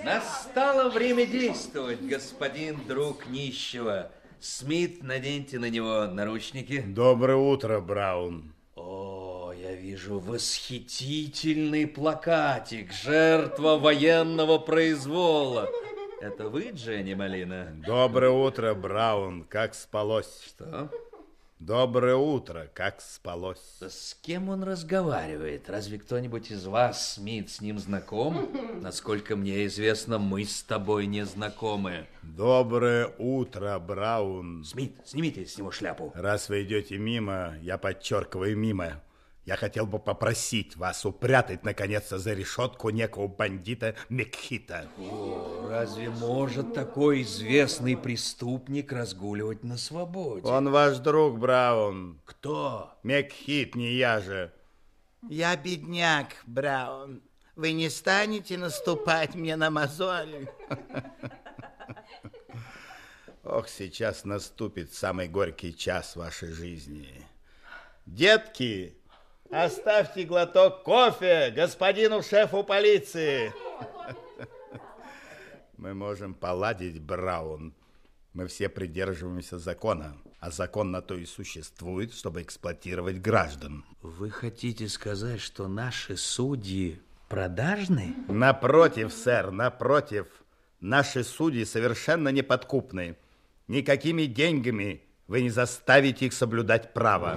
Настало время действовать, господин друг нищего. Смит, наденьте на него наручники. Доброе утро, Браун. О, я вижу восхитительный плакатик. Жертва военного произвола. Это вы, Дженни Малина? Доброе утро, Браун. Как спалось? Что? Доброе утро. Как спалось? Да с кем он разговаривает? Разве кто-нибудь из вас, Смит, с ним знаком? Насколько мне известно, мы с тобой не знакомы. Доброе утро, Браун. Смит, снимите с него шляпу. Раз вы идете мимо, я подчеркиваю мимо. Я хотел бы попросить вас упрятать, наконец-то, за решетку некого бандита Мекхита. О, разве может такой известный преступник разгуливать на свободе? Он ваш друг, Браун. Кто? Мекхит, не я же. Я бедняк, Браун. Вы не станете наступать мне на мозоли? Ох, сейчас наступит самый горький час вашей жизни. Детки, оставьте глоток кофе господину шефу полиции. Мы можем поладить, Браун. Мы все придерживаемся закона. А закон на то и существует, чтобы эксплуатировать граждан. Вы хотите сказать, что наши судьи продажны? Напротив, сэр, напротив. Наши судьи совершенно неподкупны. Никакими деньгами вы не заставите их соблюдать право.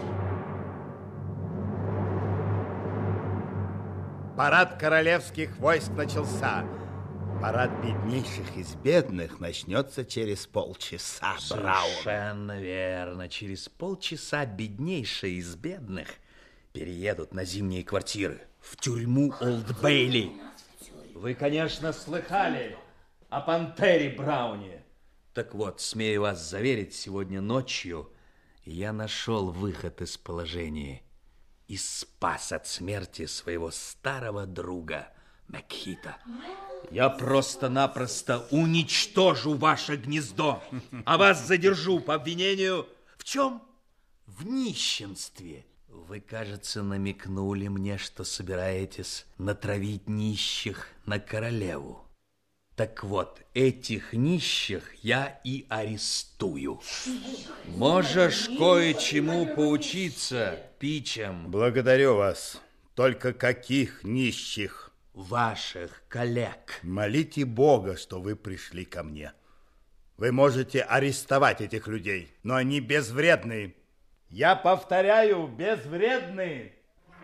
Парад королевских войск начался. Парад беднейших из бедных начнется через полчаса, Браун. Совершенно верно. Через полчаса беднейшие из бедных переедут на зимние квартиры в тюрьму Олд Бейли. Вы, конечно, слыхали о пантере Брауне. Так вот, смею вас заверить, сегодня ночью я нашел выход из положения и спас от смерти своего старого друга Мекхита. Я просто-напросто уничтожу ваше гнездо, а вас задержу по обвинению в чем? В нищенстве. Вы, кажется, намекнули мне, что собираетесь натравить нищих на королеву. Так вот, этих нищих я и арестую. Можешь кое-чему поучиться, пичам. Благодарю вас. Только каких нищих? Ваших коллег. Молите Бога, что вы пришли ко мне. Вы можете арестовать этих людей, но они безвредны. Я повторяю, безвредны.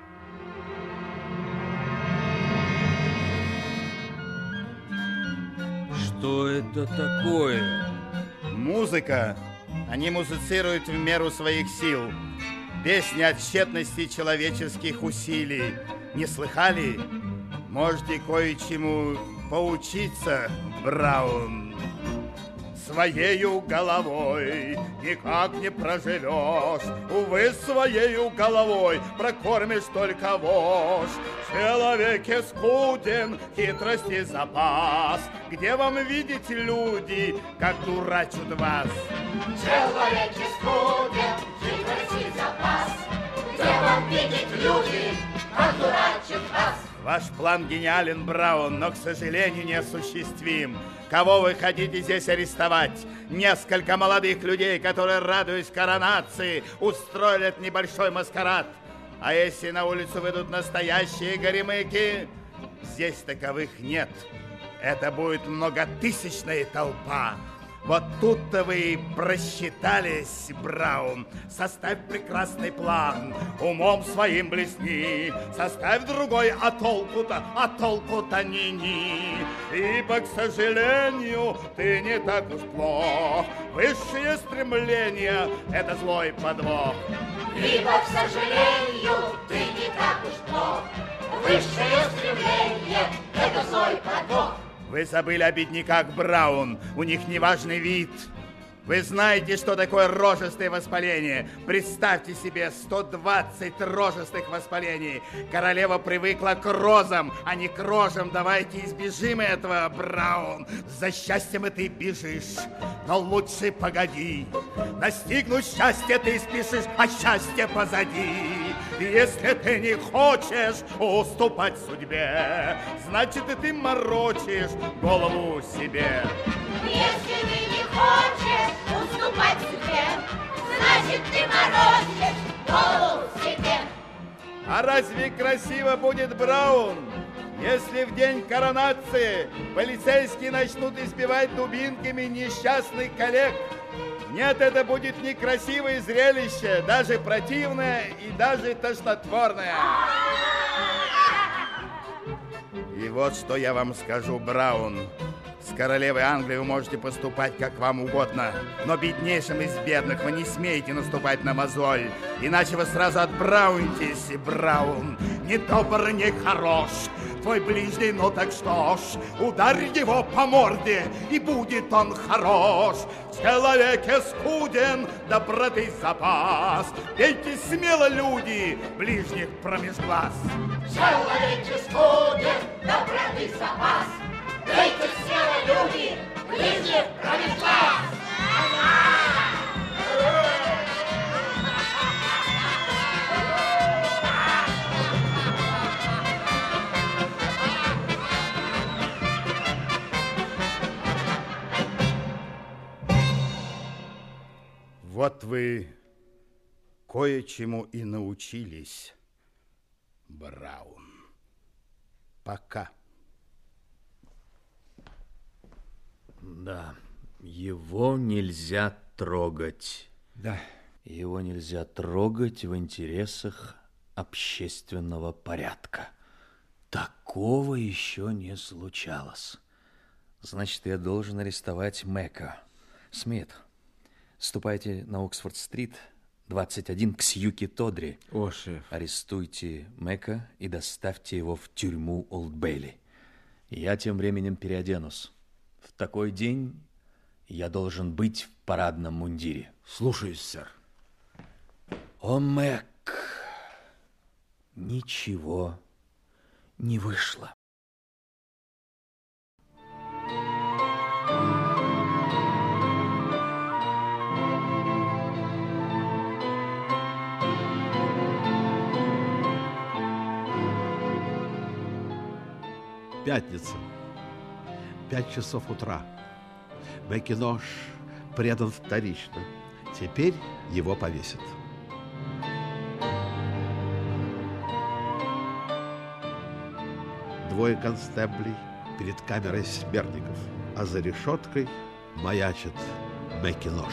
Что это такое? Музыка. Они музицируют в меру своих сил. Песни о тщетности человеческих усилий. Не слыхали? Можете кое-чему поучиться, Браун. Своею головой никак не проживешь, увы, своею головой прокормишь только вошь. В человеке скуден хитрости запас, где вам видеть люди, как дурачат вас? В человеке скуден хитрости запас, где вам видеть люди, как дурачат вас? Ваш план гениален, Браун, но, к сожалению, неосуществим. Кого вы хотите здесь арестовать? Несколько молодых людей, которые, радуясь коронации, устроили этот небольшой маскарад. А если на улицу выйдут настоящие горемыки, здесь таковых нет. Это будет многотысячная толпа. Вот тут-то вы и просчитались, Браун. Составь прекрасный план, умом своим блесни. Составь другой, а толку-то ни-ни. Ибо, к сожалению, ты не так уж плох. Высшие стремления — это злой подвох. Ибо, к сожалению, ты не так уж плох. Высшее стремление — это злой подвох. Вы забыли о бедняках, Браун. У них неважный вид. Вы знаете, что такое рожистое воспаление. Представьте себе 120 рожистых воспалений. Королева привыкла к розам, а не к рожам. Давайте избежим этого, Браун. За счастьем и ты бежишь, но лучше погоди. Достигнуть счастья ты спешишь, а счастье позади. И если ты не хочешь уступать судьбе, значит, и ты морочишь голову себе. Если ты не хочешь уступать судьбе, значит, ты морочишь голову себе. А разве красиво будет, Браун, если в день коронации полицейские начнут избивать дубинками несчастных коллег? Нет, это будет некрасивое зрелище, даже противное и даже тошнотворное. И вот что я вам скажу, Браун. С королевой Англии вы можете поступать как вам угодно, но беднейшим из бедных вы не смеете наступать на мозоль, иначе вы сразу отбраунитесь, Браун. Не добр, не хорош твой ближний, ну так что ж, ударь его по морде, и будет он хорош. В человеке скуден доброты запас, пейте смело, люди, ближних промеж глаз. В человеке скуден доброты запас, пейте смело, люди, ближних промеж глаз. Вот вы кое-чему и научились, Браун. Пока. Да, его нельзя трогать. Да. Его нельзя трогать в интересах общественного порядка. Такого еще не случалось. Значит, я должен арестовать Мэка. Смит, ступайте на Оксфорд-стрит, 21 к Сьюки Тодри. О, шеф. Арестуйте Мэка и доставьте его в тюрьму Олд Бейли. Я тем временем переоденусь. В такой день я должен быть в парадном мундире. Слушаюсь, сэр. О, Мэг, ничего не вышло. Пятница. 5 часов утра. Макинош предан вторично. Теперь его повесят. Двое констеблей перед камерой смертников, а за решеткой маячит Макинош.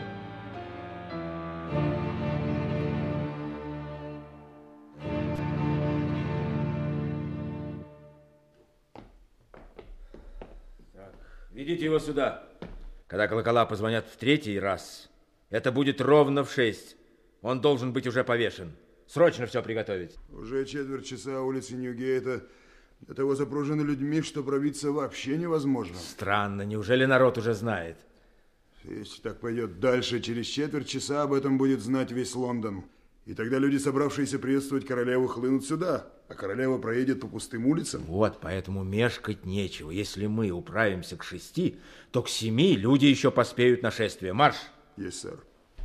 Ведите его сюда. Когда колокола позвонят в 3-й раз, это будет ровно в 6. Он должен быть уже повешен. Срочно все приготовить. Уже 1/4 часа улицы Ньюгейта до того запружены людьми, что пробиться вообще невозможно. Странно, неужели народ уже знает? Если так пойдет дальше, через 1/4 часа об этом будет знать весь Лондон. И тогда люди, собравшиеся приветствовать королеву, хлынут сюда, а королева проедет по пустым улицам. Вот, поэтому мешкать нечего. Если мы управимся к 6, то к 7 люди еще поспеют на шествие. Марш! Есть, сэр.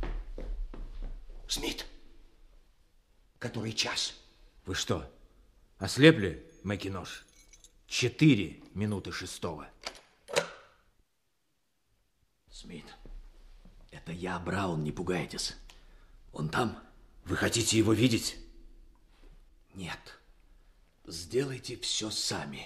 Смит, который час? Вы что, ослепли, Макинош? 4 минуты 6. Смит, это я, Браун, не пугайтесь. Он там. Вы хотите его видеть? Нет. Сделайте все сами.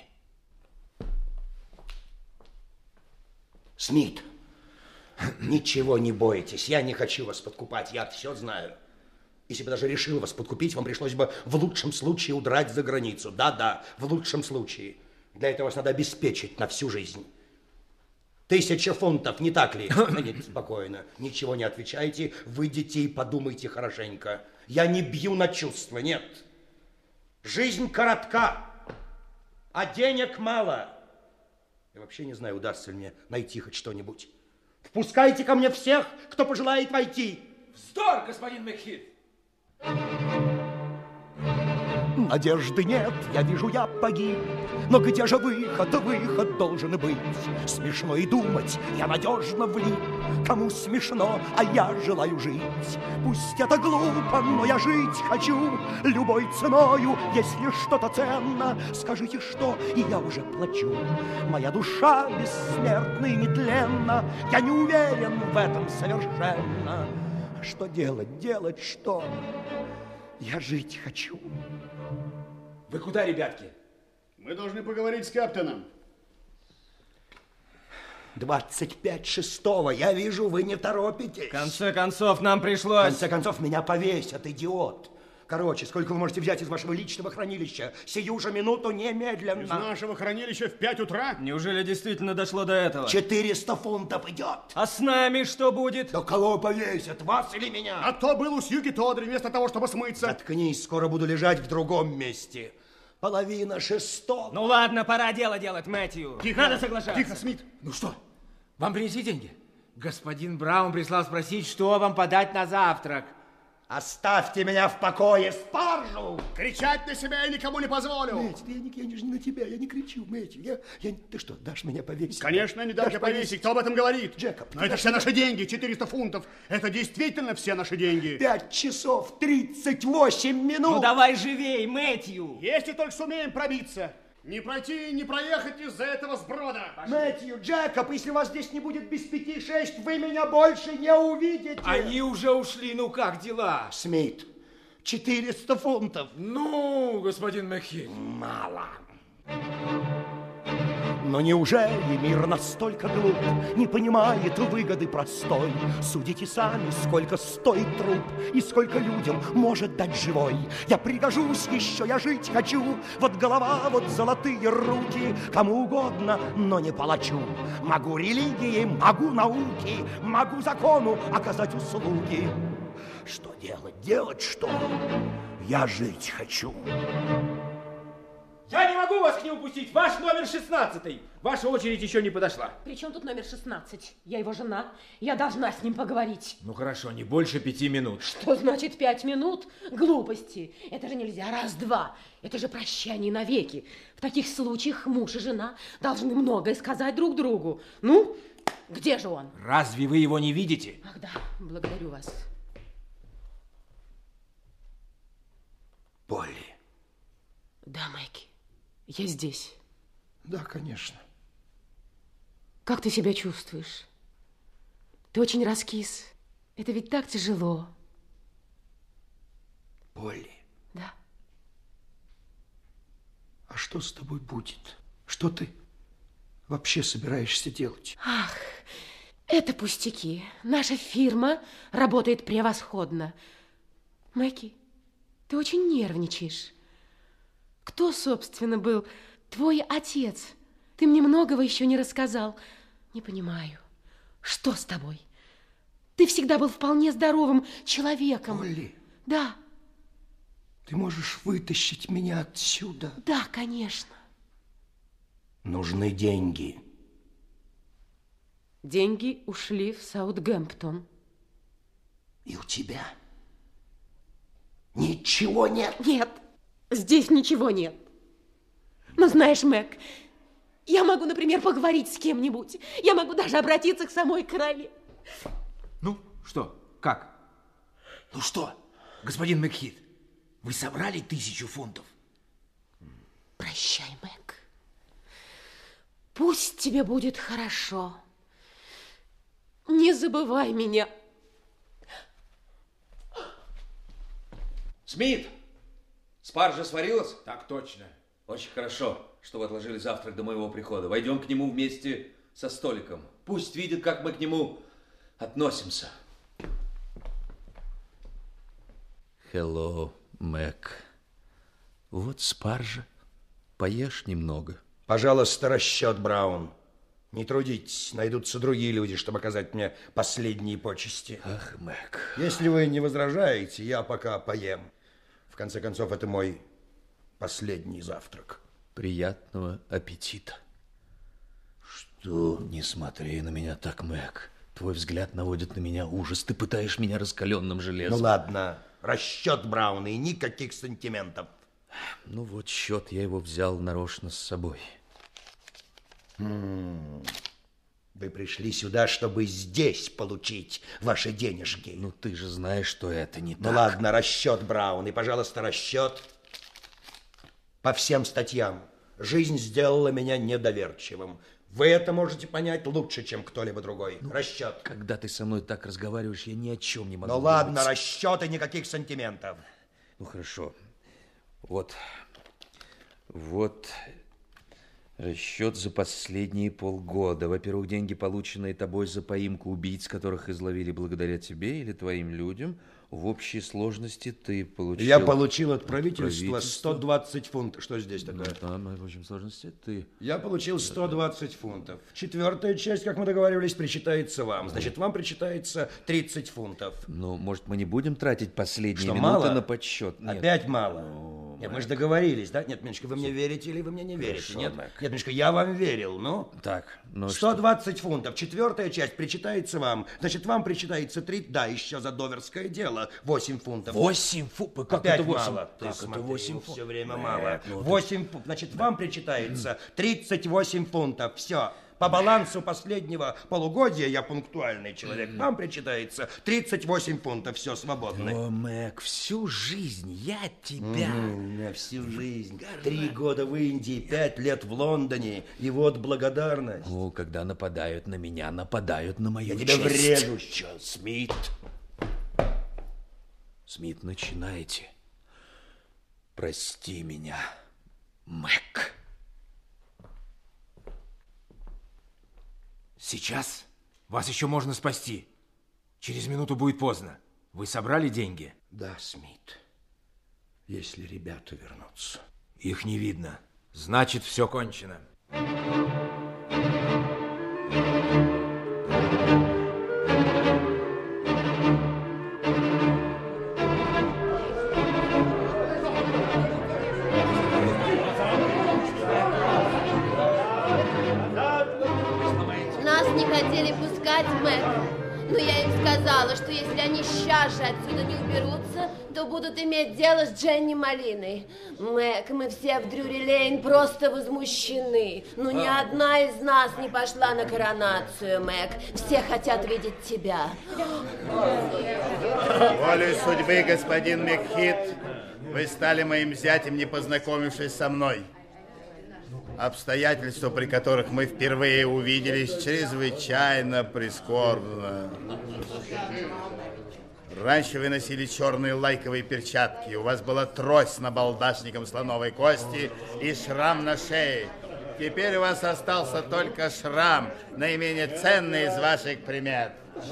Смит, ничего не бойтесь. Я не хочу вас подкупать. Я все знаю. Если бы даже решил вас подкупить, вам пришлось бы в лучшем случае удрать за границу. Да-да, в лучшем случае. Для этого вас надо обеспечить на всю жизнь. 1000 фунтов, не так ли? Нет, спокойно, ничего не отвечайте, выйдите и подумайте хорошенько. Я не бью на чувства, нет. Жизнь коротка, а денег мало. Я вообще не знаю, удастся ли мне найти хоть что-нибудь. Впускайте ко мне всех, кто пожелает войти. Вздор, господин Макхит! надежды нет, я вижу, я погиб. Но где же выход? Выход должен быть. Смешно и думать, я надежно влип. Кому смешно, а я желаю жить. Пусть это глупо, но я жить хочу. Любой ценою, если что-то ценно, скажите что, и я уже плачу. Моя душа бессмертна и нетленна, я не уверен в этом совершенно. Что делать, делать что? Я жить хочу. Вы куда, ребятки? Мы должны поговорить с капитаном. 25-6. Я вижу, вы не торопитесь. В конце концов, нам пришлось... В конце концов, меня повесят, идиот. Короче, сколько вы можете взять из вашего личного хранилища? Сию же минуту немедленно. Из нашего хранилища в 5 утра? Неужели действительно дошло до этого? 400 фунтов идет. А с нами что будет? Да кого повесят, вас или меня? А то был у Сьюги Тодри, вместо того, чтобы смыться. Заткнись, скоро буду лежать в другом месте. 5:30. Ну ладно, пора дело делать, Мэтью. Тихо, надо соглашаться. Тихо, Смит. Ну что, вам принесли деньги? Господин Браун прислал спросить, что вам подать на завтрак. Оставьте меня в покое, спаржу! Кричать на себя я никому не позволю. Мэтью, я же не на тебя, я не кричу, Мэтью. Ты что, дашь меня повесить? Конечно, не дашь повесить. Кто об этом говорит? Джекоб. Но это все наши деньги, 400 фунтов. Это действительно все наши деньги. 5 часов 38 минут. Ну давай живей, Мэтью. Если только сумеем пробиться. Не пройти, не проехать из-за этого сброда. Мэтью, Джекоб, если вас здесь не будет без 5-6, вы меня больше не увидите. Они уже ушли, ну как дела? Смит, 400 фунтов. Ну, господин Макхит. Мало. Но неужели мир настолько глуп, не понимает выгоды простой? Судите сами, сколько стоит труп и сколько людям может дать живой. Я пригожусь еще, я жить хочу, вот голова, вот золотые руки, кому угодно, но не палачу. Могу религии, могу науки, могу закону оказать услуги. Что делать, делать что? Я жить хочу. Я не могу вас к нему пустить. Ваш номер 16. Ваша очередь еще не подошла. При чем тут номер 16? Я его жена. Я должна с ним поговорить. Ну хорошо, не больше 5 минут. Что значит 5 минут? Глупости. Это же нельзя раз-два. Это же прощание навеки. В таких случаях муж и жена должны многое сказать друг другу. Ну, где же он? Разве вы его не видите? Ах да, благодарю вас. Полли. Да, Майки. Я здесь. Да, конечно. Как ты себя чувствуешь? Ты очень раскис. Это ведь так тяжело. Полли. Да. А что с тобой будет? Что ты вообще собираешься делать? Ах, это пустяки. Наша фирма работает превосходно. Мэки, ты очень нервничаешь. Кто, собственно, был твой отец? Ты мне многого еще не рассказал. Не понимаю, что с тобой? Ты всегда был вполне здоровым человеком. Полли. Да. Ты можешь вытащить меня отсюда? Да, конечно. Нужны деньги. Деньги ушли в Саутгемптон. И у тебя ничего нет? Нет. Здесь ничего нет. Но знаешь, Мэг, я могу, например, поговорить с кем-нибудь. Я могу даже обратиться к самой королеве. Ну, что? Как? Ну что, господин Макхит, вы собрали 1000 фунтов? Прощай, Мэг. Пусть тебе будет хорошо. Не забывай меня. Смит! Спаржа сварилась? Так точно. Очень хорошо, что вы отложили завтрак до моего прихода. Войдем к нему вместе со столиком. Пусть видит, как мы к нему относимся. Hello, Мэг. Вот спаржа. Поешь немного. Пожалуйста, расчет, Браун. Не трудитесь, найдутся другие люди, чтобы оказать мне последние почести. Ах, Мэг. Если вы не возражаете, я пока поем. В конце концов, это мой последний завтрак. Приятного аппетита. Что? Не смотри на меня так, Мэг. Твой взгляд наводит на меня ужас. Ты пытаешь меня раскаленным железом. Ну ладно, расчет, Браун, и никаких сантиментов. Ну вот счет, я его взял нарочно с собой. Вы пришли сюда, чтобы здесь получить ваши денежки. Ну ты же знаешь, что это не так. Ну ладно, расчет, Браун. И, пожалуйста, расчет по всем статьям. Жизнь сделала меня недоверчивым. Вы это можете понять лучше, чем кто-либо другой. Расчет. Когда ты со мной так разговариваешь, я ни о чем не могу Ну думать. ладно, расчеты, никаких сантиментов. Ну хорошо. Вот расчет за последние полгода. Во-первых, деньги, полученные тобой за поимку убийц, которых изловили благодаря тебе или твоим людям, в общей сложности ты получил... Я получил от правительства 120 фунтов. Что здесь такое? В общей сложности ты... Я получил 120 фунтов. Четвертая часть, как мы договаривались, причитается вам. Значит, вам причитается 30 фунтов. Ну, может, мы не будем тратить последние Что, минуты мало? на подсчет? Нет. Опять мало? Нет, мы же договорились, да? Нет, Мишка, вы мне верите или вы мне не верите? Хорошо, Нет, Мэг. нет, Мишка, я вам верил, ну? Так, ну 120 фунтов. Четвертая часть причитается вам. Значит, вам причитается 3, да, еще за доверское дело 8 фунтов. 8 фунтов? Как Опять это 8? мало. Как Ты это смотри, 8 его фунтов? все время Мэг, мало. ну 8 фунтов. Значит, вам причитается 38 фунтов. Все. По балансу последнего полугодия, я пунктуальный человек, вам причитается 38 фунтов, все свободно. О, Мэг, всю жизнь я тебя... На всю жизнь. 3 года в Индии, 5 лет в Лондоне, и вот благодарность. Ну, когда нападают на меня, нападают на мою Я честь. тебя врежу. Чё, Смит? Смит, начинайте. Прости меня, Мэг. Сейчас? Вас еще можно спасти. Через минуту будет поздно. Вы собрали деньги? Да, Смит. Если ребята вернутся. Их не видно. Значит, все кончено. Нас не хотели пускать, Мэг. Но я им сказала, что если они сейчас же отсюда не уберутся, то будут иметь дело с Дженни Малиной. Мэг, мы все в Дрюри-Лейн просто возмущены. Ну, ни одна из нас не пошла на коронацию, Мэг. Все хотят видеть тебя. Волей судьбы, господин Мекхит, вы стали моим зятем, не познакомившись со мной. Обстоятельства, при которых мы впервые увиделись, чрезвычайно прискорбно. Раньше вы носили черные лайковые перчатки, у вас была трость с набалдашником слоновой кости и шрам на шее. Теперь у вас остался только шрам, наименее ценный из ваших примет.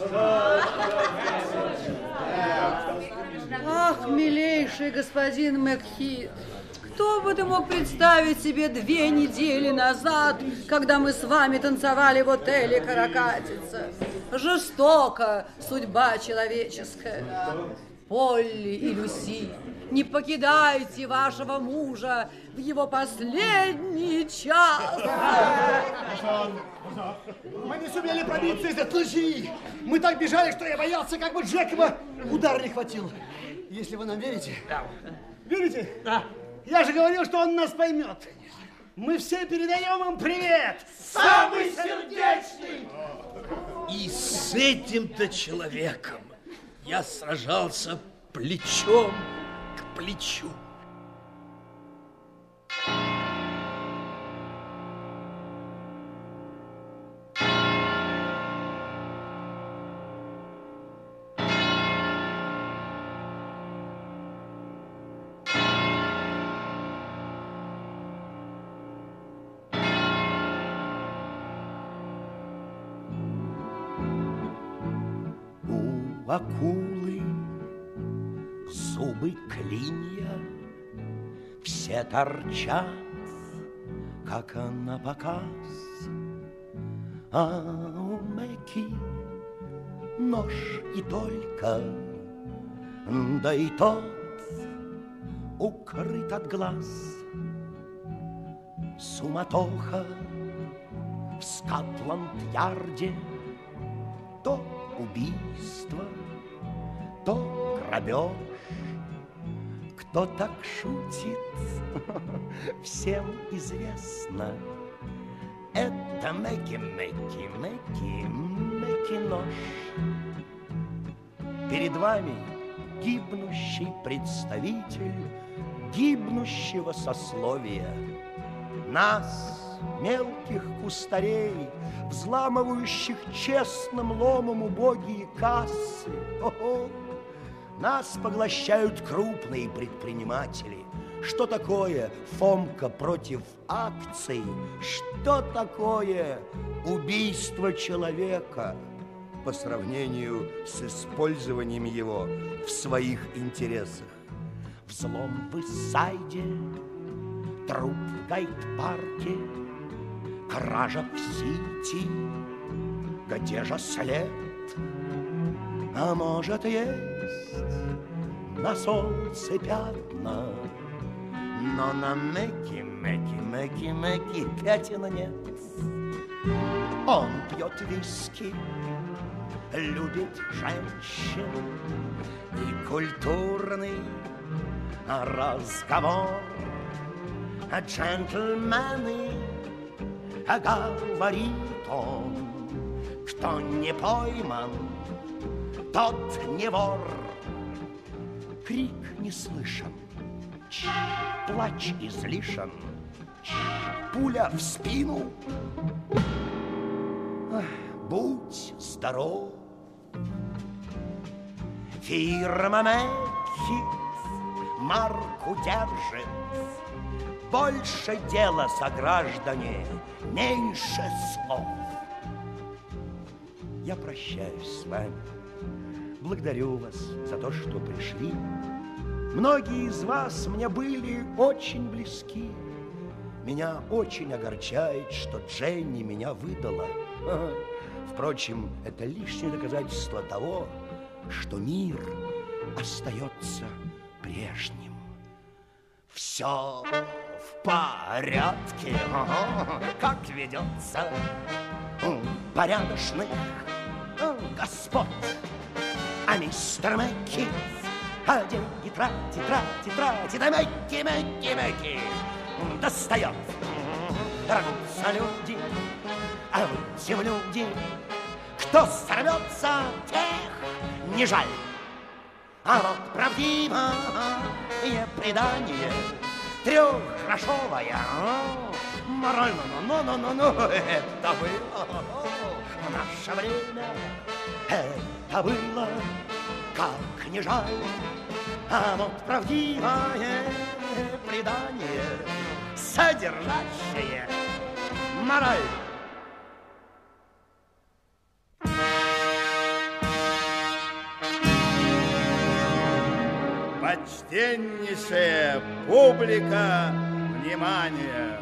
Ах, милейший господин Мекхит, кто бы ты мог представить себе 2 недели назад, когда мы с вами танцевали в отеле «Каракатица»? Жестока судьба человеческая. Полли и Люси, не покидайте вашего мужа в его последний час. Мы не сумели пробиться из этой лжи. Мы так бежали, что я боялся, как бы Джекоба удар не хватил. Если вы нам верите? Верите? Да. Я же говорил, что он нас поймет. Мы все передаем им привет. Самый сердечный. И с этим-то человеком я сражался плечом к плечу. У акулы зубы клинья, все торчат, как на показ. А у Мэки нож и только, да и тот укрыт от глаз. Суматоха в Скотланд-Ярде, то убийство, то грабеж. кто так шутит, всем известно. Это Мэки-Нож. Перед вами гибнущий представитель гибнущего сословия. Нас, мелких кустарей, взламывающих честным ломом убогие кассы. О-о! Нас поглощают крупные предприниматели. Что такое Фомка против акций? Что такое убийство человека по сравнению с использованием его в своих интересах? Взлом в Иссайде, труп в Гайд-парке, кража в Сити, где же след? А может, есть на солнце пятна, но на Мэки пятен нет. Он пьет виски, любит женщин и культурный разговор. Джентльмены, говорит он, кто не пойман, тот не вор. Крик не слышен, плач излишен, пуля в спину. Будь здоров. Фирма Мэки марку держит. Больше дела, сограждане, меньше слов. Я прощаюсь с вами. Благодарю вас за то, что пришли. Многие из вас мне были очень близки. Меня очень огорчает, что Дженни меня выдала. Впрочем, это лишнее доказательство того, что мир остается прежним. Все в порядке, как ведется порядочных господ. А мистер Мэки деньги тратит, а Мэки достает. Рвутся люди, а выйти в люди. Кто сорвется, тех не жаль. А вот правдивое предание, трехгрошовая мораль, это было наше время, это было, как не жаль. А вот правдивое предание, содержащее мораль. Почтеннейшая публика, внимание!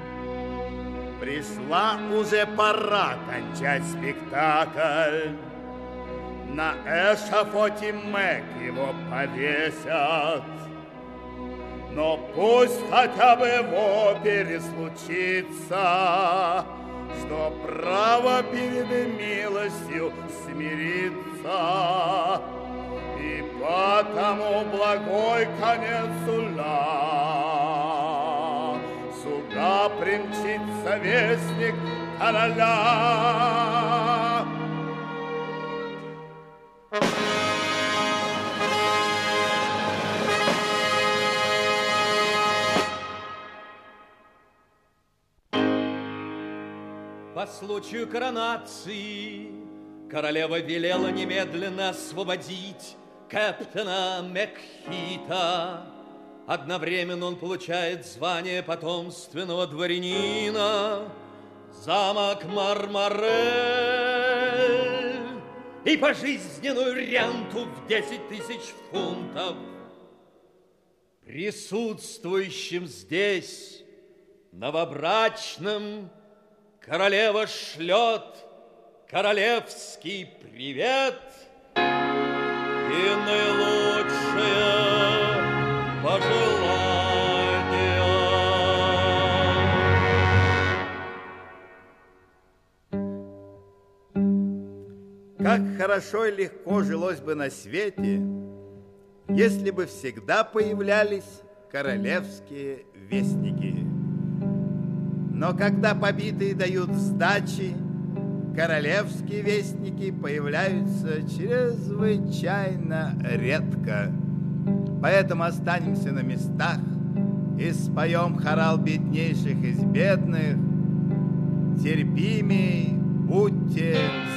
Пришла уже пора кончать спектакль. На эшафоте Мэк его повесят. Но пусть хотя бы в опере случится, что право перед милостью смирится. И потому благой конец суда примчится вестник короля. По случаю коронации королева велела немедленно освободить капитана Мекхита. Одновременно он получает звание потомственного дворянина, замок Мармарель и пожизненную ренту в 10 000 фунтов. Присутствующим здесь новобрачным королева шлет королевский привет и наилучшие пожелания. Как хорошо и легко жилось бы на свете, если бы всегда появлялись королевские вестники. Но когда побитые дают сдачи, королевские вестники появляются чрезвычайно редко. Поэтому останемся на местах и споем хорал беднейших из бедных. Терпимей будьте